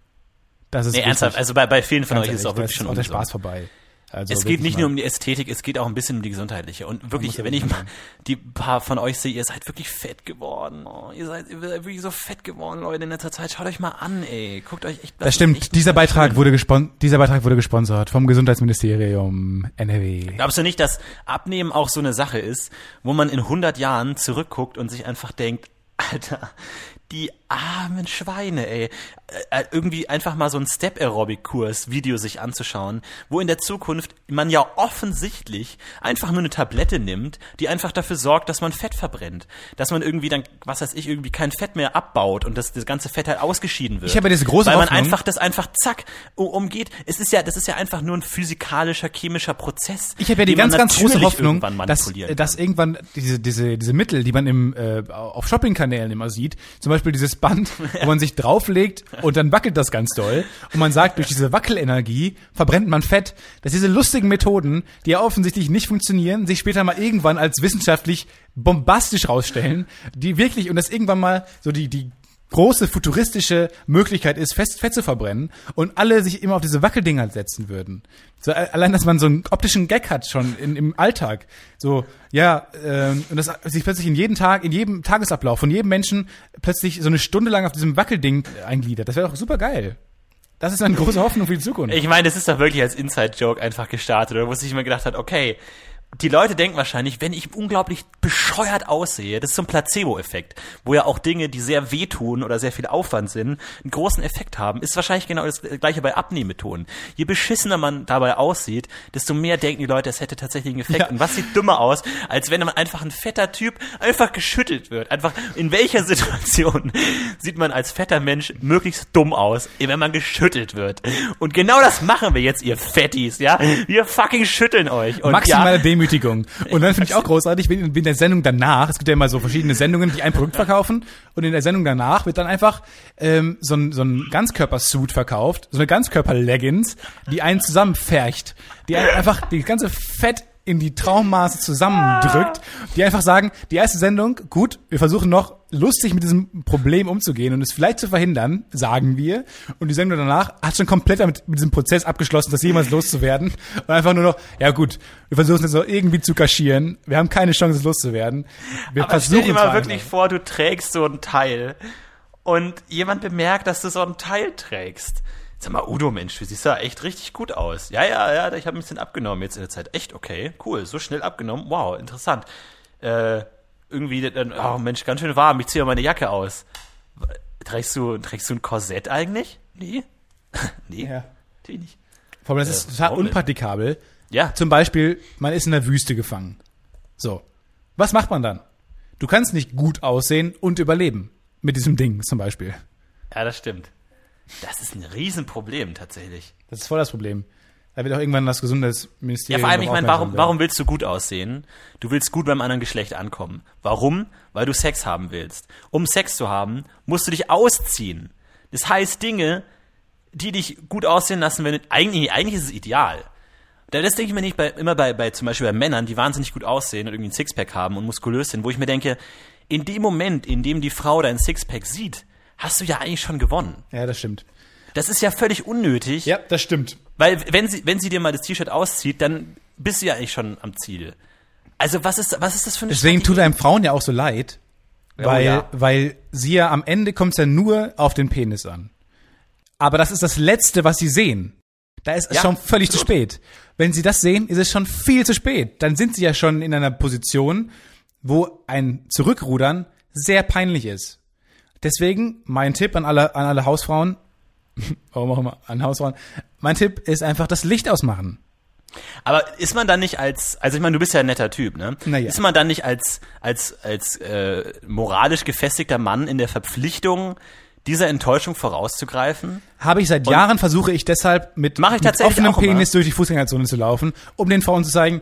Das ist ernsthaft. Also bei vielen von euch ist es auch wirklich schon schon der Spaß vorbei. Also es geht nicht nur um die Ästhetik, es geht auch ein bisschen um die gesundheitliche. Und wirklich, wenn ich mal die paar von euch sehe, ihr seid wirklich fett geworden. Oh, ihr seid wirklich so fett geworden, Leute, in letzter Zeit. Schaut euch mal an, ey. Guckt euch echt... Das stimmt. Dieser Beitrag wurde gesponsert vom Gesundheitsministerium NRW. Glaubst du nicht, dass Abnehmen auch so eine Sache ist, wo man in 100 Jahren zurückguckt und sich einfach denkt, Alter, die armen Schweine, ey. Irgendwie einfach mal so ein Step-Aerobic-Kurs-Video sich anzuschauen, wo in der Zukunft man ja offensichtlich einfach nur eine Tablette nimmt, die einfach dafür sorgt, dass man Fett verbrennt. Dass man irgendwie dann, was weiß ich, irgendwie kein Fett mehr abbaut und dass das ganze Fett halt ausgeschieden wird. Ich habe ja diese große Hoffnung, Hoffnung. Weil man einfach zack umgeht. Das ist ja einfach nur ein physikalischer, chemischer Prozess. Ich habe ja die ganz große Hoffnung, dass kann. Irgendwann diese Mittel, die man auf Shoppingkanälen immer sieht, zum Beispiel dieses Band, wo man sich drauflegt und dann wackelt das ganz doll und man sagt, durch diese Wackelenergie verbrennt man Fett, dass diese lustigen Methoden, die ja offensichtlich nicht funktionieren, sich später mal irgendwann als wissenschaftlich bombastisch rausstellen, die wirklich, und das irgendwann mal so die große futuristische Möglichkeit ist, Fett zu verbrennen und alle sich immer auf diese Wackeldinger setzen würden. So, allein, dass man so einen optischen Gag hat schon im Alltag. So, ja, und das sich plötzlich in jedem Tagesablauf von jedem Menschen plötzlich so eine Stunde lang auf diesem Wackelding eingliedert. Das wäre doch super geil. Das ist eine große Hoffnung für die Zukunft. Ich meine, das ist doch wirklich als Inside-Joke einfach gestartet, oder wo sich immer gedacht hat, okay, die Leute denken wahrscheinlich, wenn ich unglaublich bescheuert aussehe, das ist so ein Placebo-Effekt, wo ja auch Dinge, die sehr wehtun oder sehr viel Aufwand sind, einen großen Effekt haben, ist wahrscheinlich genau das gleiche bei Abnehmmethoden. Je beschissener man dabei aussieht, desto mehr denken die Leute, es hätte tatsächlich einen Effekt. Ja. Und was sieht dümmer aus, als wenn man einfach ein fetter Typ einfach geschüttelt wird? Einfach, in welcher Situation sieht man als fetter Mensch möglichst dumm aus, wenn man geschüttelt wird? Und genau das machen wir jetzt, ihr Fettis, ja? Wir fucking schütteln euch. Und maximale Demütigung. Und dann finde ich auch großartig, wenn in der Sendung danach, es gibt ja immer so verschiedene Sendungen, die ein Produkt verkaufen, und in der Sendung danach wird dann einfach so ein Ganzkörper-Suit verkauft, so eine Ganzkörper-Leggings, die einen zusammenfärcht, die einfach die ganze Fett in die Traummaße zusammendrückt, die einfach sagen, die erste Sendung, gut, wir versuchen noch lustig mit diesem Problem umzugehen und es vielleicht zu verhindern, sagen wir, und die Sendung danach hat schon komplett mit diesem Prozess abgeschlossen, das jemals loszuwerden, und einfach nur noch, ja gut, wir versuchen es jetzt noch irgendwie zu kaschieren, wir haben keine Chance, es loszuwerden. Aber stell dir mal wirklich vor, du trägst so ein Teil und jemand bemerkt, dass du so ein Teil trägst. Sag mal, Udo, Mensch, du siehst ja echt richtig gut aus. Ja, ich habe ein bisschen abgenommen jetzt in der Zeit. Echt, okay, cool, so schnell abgenommen. Wow, interessant. Irgendwie, oh Mensch, ganz schön warm, ich ziehe meine Jacke aus. Trägst du ein Korsett eigentlich? Nee. Nee, Ja. natürlich nicht. Vor allem, das ist total warum denn? unpraktikabel. Ja. Zum Beispiel, man ist in der Wüste gefangen. So. Was macht man dann? Du kannst nicht gut aussehen und überleben. Mit diesem Ding zum Beispiel. Ja, das stimmt. Das ist ein Riesenproblem tatsächlich. Das ist voll das Problem. Da wird auch irgendwann das Gesundheitsministerium. Ja, vor allem, ich meine, aufmerksam werden. warum willst du gut aussehen? Du willst gut beim anderen Geschlecht ankommen. Warum? Weil du Sex haben willst. Um Sex zu haben, musst du dich ausziehen. Das heißt Dinge, die dich gut aussehen lassen, wenn eigentlich ist es ideal. Das denke ich mir nicht immer bei zum Beispiel bei Männern, die wahnsinnig gut aussehen und irgendwie ein Sixpack haben und muskulös sind, wo ich mir denke, in dem Moment, in dem die Frau dein Sixpack sieht, hast du ja eigentlich schon gewonnen. Ja, das stimmt. Das ist ja völlig unnötig, Ja, das stimmt. weil wenn sie dir mal das T-Shirt auszieht, dann bist du ja eigentlich schon am Ziel. Also was ist das für eine Deswegen tut Strategie? einem Frauen ja auch so leid, weil sie ja am Ende kommt es ja nur auf den Penis an. Aber das ist das Letzte, was sie sehen. Da ist es Ja, schon völlig absolut. zu spät. Wenn sie das sehen, ist es schon viel zu spät. Dann sind sie ja schon in einer Position, wo ein Zurückrudern sehr peinlich ist. Deswegen mein Tipp an alle Hausfrauen, warum auch immer, an Hausfrauen, mein Tipp ist einfach das Licht ausmachen. Aber ist man dann nicht also ich meine, du bist ja ein netter Typ, ne? Naja. Ist man dann nicht als moralisch gefestigter Mann in der Verpflichtung, dieser Enttäuschung vorauszugreifen? Habe ich seit Jahren, versuche ich deshalb mit Mach ich tatsächlich offenem auch immer. Penis durch die Fußgängerzone zu laufen, um den Frauen zu sagen,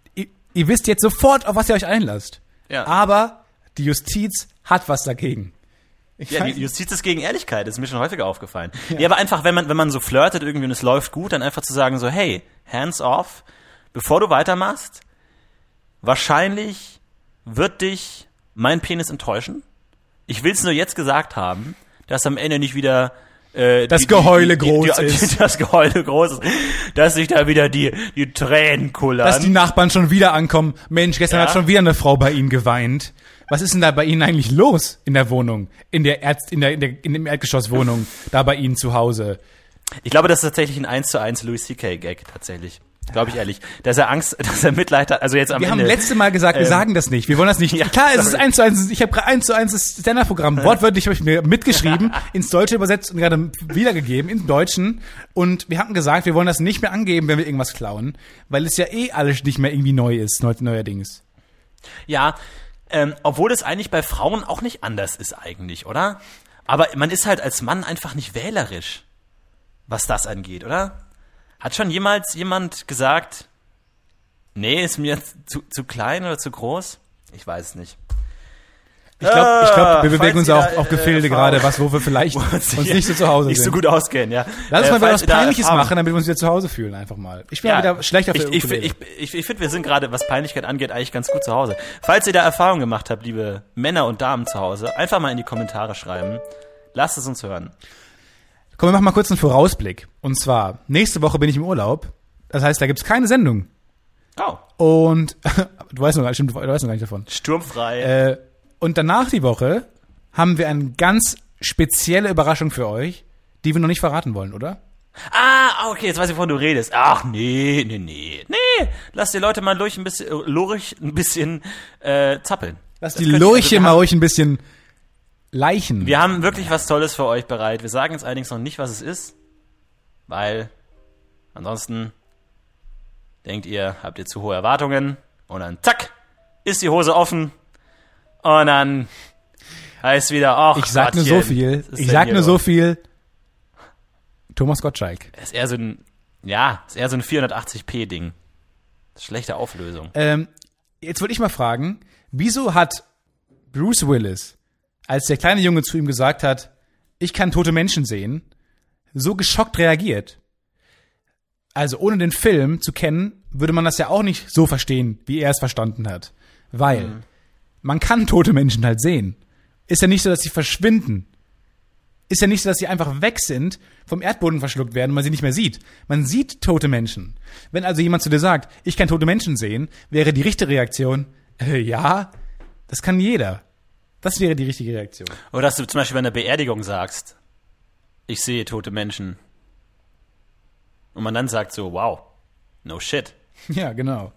ihr wisst jetzt sofort, auf was ihr euch einlasst. Ja. Aber die Justiz hat was dagegen. Ja, die Justiz ist gegen Ehrlichkeit, das ist mir schon häufiger aufgefallen. Ja, aber einfach, wenn man so flirtet irgendwie und es läuft gut, dann einfach zu sagen so, hey, hands off, bevor du weitermachst, wahrscheinlich wird dich mein Penis enttäuschen. Ich will es nur jetzt gesagt haben, dass am Ende nicht wieder Das Geheule groß ist. Das Geheule groß ist. Dass sich da wieder die Tränen kullern. Dass die Nachbarn schon wieder ankommen. Mensch, gestern Ja. hat schon wieder eine Frau bei Ihnen geweint. Was ist denn da bei Ihnen eigentlich los in der Wohnung? In dem Erdgeschosswohnung, da bei Ihnen zu Hause? Ich glaube, das ist tatsächlich ein 1:1 Louis C.K. Gag, tatsächlich. Glaube ich ehrlich. Dass er Angst, dass er Mitleid hat, also jetzt am Wir haben Ende. letzte Mal gesagt, wir sagen das nicht. Wir wollen das nicht. Ja, Klar, es ist sorry. 1:1. Ich habe gerade 1:1 das Stand-Up-Programm wortwörtlich habe ich mir mitgeschrieben, ins Deutsche übersetzt und gerade wiedergegeben, im Deutschen. Und wir hatten gesagt, wir wollen das nicht mehr angeben, wenn wir irgendwas klauen, weil es ja alles nicht mehr irgendwie neu ist, neuerdings. Ja, obwohl es eigentlich bei Frauen auch nicht anders ist eigentlich, oder? Aber man ist halt als Mann einfach nicht wählerisch, was das angeht, oder? Hat schon jemals jemand gesagt, nee, ist mir zu klein oder zu groß? Ich weiß es nicht. Ich glaube, wir bewegen falls uns ihr auch da, auf Gefilde Frau- gerade, wo wir vielleicht uns nicht so zu Hause nicht so sind. gut auskennen, ja. Lass uns mal wieder falls was ihr da Peinliches Erfahrung- machen, damit wir uns wieder zu Hause fühlen, einfach mal. Ich bin Ja, wieder schlecht auf der ich Ukulele. finde, wir sind gerade, was Peinlichkeit angeht, eigentlich ganz gut zu Hause. Falls ihr da Erfahrung gemacht habt, liebe Männer und Damen zu Hause, einfach mal in die Kommentare schreiben. Lasst es uns hören. Komm, wir machen mal kurz einen Vorausblick. Und zwar, nächste Woche bin ich im Urlaub. Das heißt, da gibt's keine Sendung. Oh, Und du weißt noch gar nicht davon. sturmfrei. Und danach die Woche haben wir eine ganz spezielle Überraschung für euch, die wir noch nicht verraten wollen, oder? Okay, jetzt weiß ich, wovon du redest. Ach, nee. Lass die Leute mal durch ein bisschen zappeln. Lass Das die könnt ihr- Lurche wir mal haben- ruhig ein bisschen leichen. Wir haben wirklich was Tolles für euch bereit. Wir sagen jetzt allerdings noch nicht, was es ist, weil ansonsten denkt ihr, habt ihr zu hohe Erwartungen und dann zack, ist die Hose offen und dann heißt wieder, ach Ich sag nur Gottchen, so viel. was ist Ich denn sag hier nur so los? viel. Thomas Gottschalk. Ist eher so ein 480p-Ding. Schlechte Auflösung. Jetzt wollte ich mal fragen, wieso hat Bruce Willis, als der kleine Junge zu ihm gesagt hat, ich kann tote Menschen sehen, so geschockt reagiert? Also ohne den Film zu kennen, würde man das ja auch nicht so verstehen, wie er es verstanden hat. Weil man kann tote Menschen halt sehen. Ist ja nicht so, dass sie verschwinden. Ist ja nicht so, dass sie einfach weg sind, vom Erdboden verschluckt werden und man sie nicht mehr sieht. Man sieht tote Menschen. Wenn also jemand zu dir sagt, ich kann tote Menschen sehen, wäre die richtige Reaktion, ja, das kann jeder. Das wäre die richtige Reaktion. Oder dass du zum Beispiel bei einer Beerdigung sagst, ich sehe tote Menschen. Und man dann sagt so, wow, no shit. Ja, genau.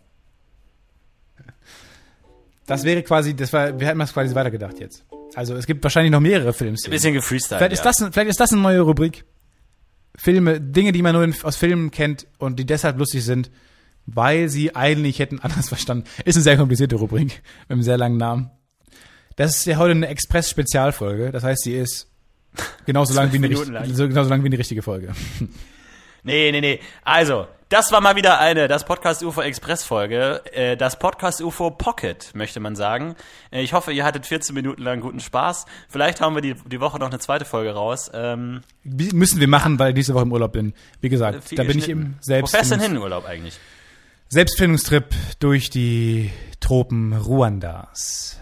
Das wäre quasi, wir hätten das quasi weitergedacht jetzt. Also es gibt wahrscheinlich noch mehrere Filmszenen. Ein bisschen gefreestylt, vielleicht ist das eine neue Rubrik. Dinge, die man nur aus Filmen kennt und die deshalb lustig sind, weil sie eigentlich hätten anders verstanden. Ist eine sehr komplizierte Rubrik mit einem sehr langen Namen. Das ist ja heute eine Express-Spezialfolge. Das heißt, sie ist genauso lang wie eine richtige Folge. Nee. Also, das war mal wieder das Podcast UFO Express Folge. Das Podcast UFO Pocket, möchte man sagen. Ich hoffe, ihr hattet 14 Minuten lang guten Spaß. Vielleicht haben wir die Woche noch eine zweite Folge raus. Müssen wir machen, weil ich diese Woche im Urlaub bin. Wie gesagt, da bin ich im Wo fährst du denn hin in Urlaub eigentlich? Selbstfindungstrip durch die Tropen Ruandas.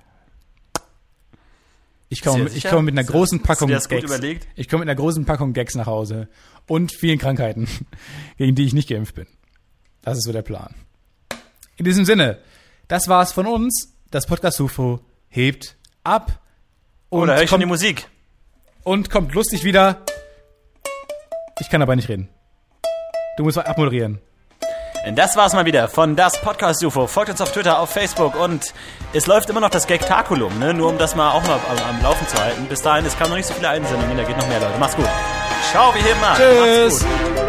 Ich komme mit einer großen Packung Gags. Ich komme mit einer großen Packung Gags nach Hause und vielen Krankheiten, gegen die ich nicht geimpft bin. Das ist so der Plan. In diesem Sinne, das war's von uns. Das Podcast UFO hebt ab. Da höre ich schon die Musik. Und kommt lustig wieder. Ich kann aber nicht reden. Du musst abmoderieren. Das war's mal wieder von das Podcast UFO. Folgt uns auf Twitter, auf Facebook und es läuft immer noch das Gagtakulum, ne? Nur um das mal auch mal am Laufen zu halten. Bis dahin, es kamen noch nicht so viele Einsendungen, da geht noch mehr, Leute. Macht's gut. Ciao, wie immer. Tschüss. Macht's gut.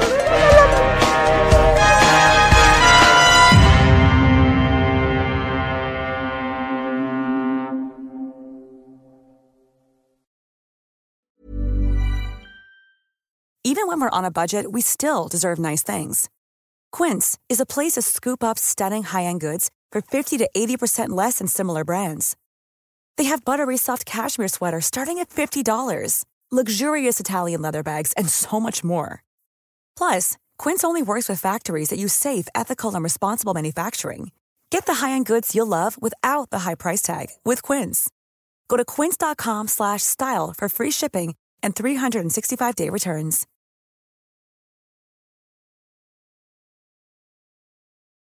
Even when we're on a budget, we still deserve nice things. Quince is a place to scoop up stunning high-end goods for 50 to 80% less than similar brands. They have buttery soft cashmere sweaters starting at $50, luxurious Italian leather bags, and so much more. Plus, Quince only works with factories that use safe, ethical, and responsible manufacturing. Get the high-end goods you'll love without the high price tag with Quince. Go to quince.com/style for free shipping and 365-day returns.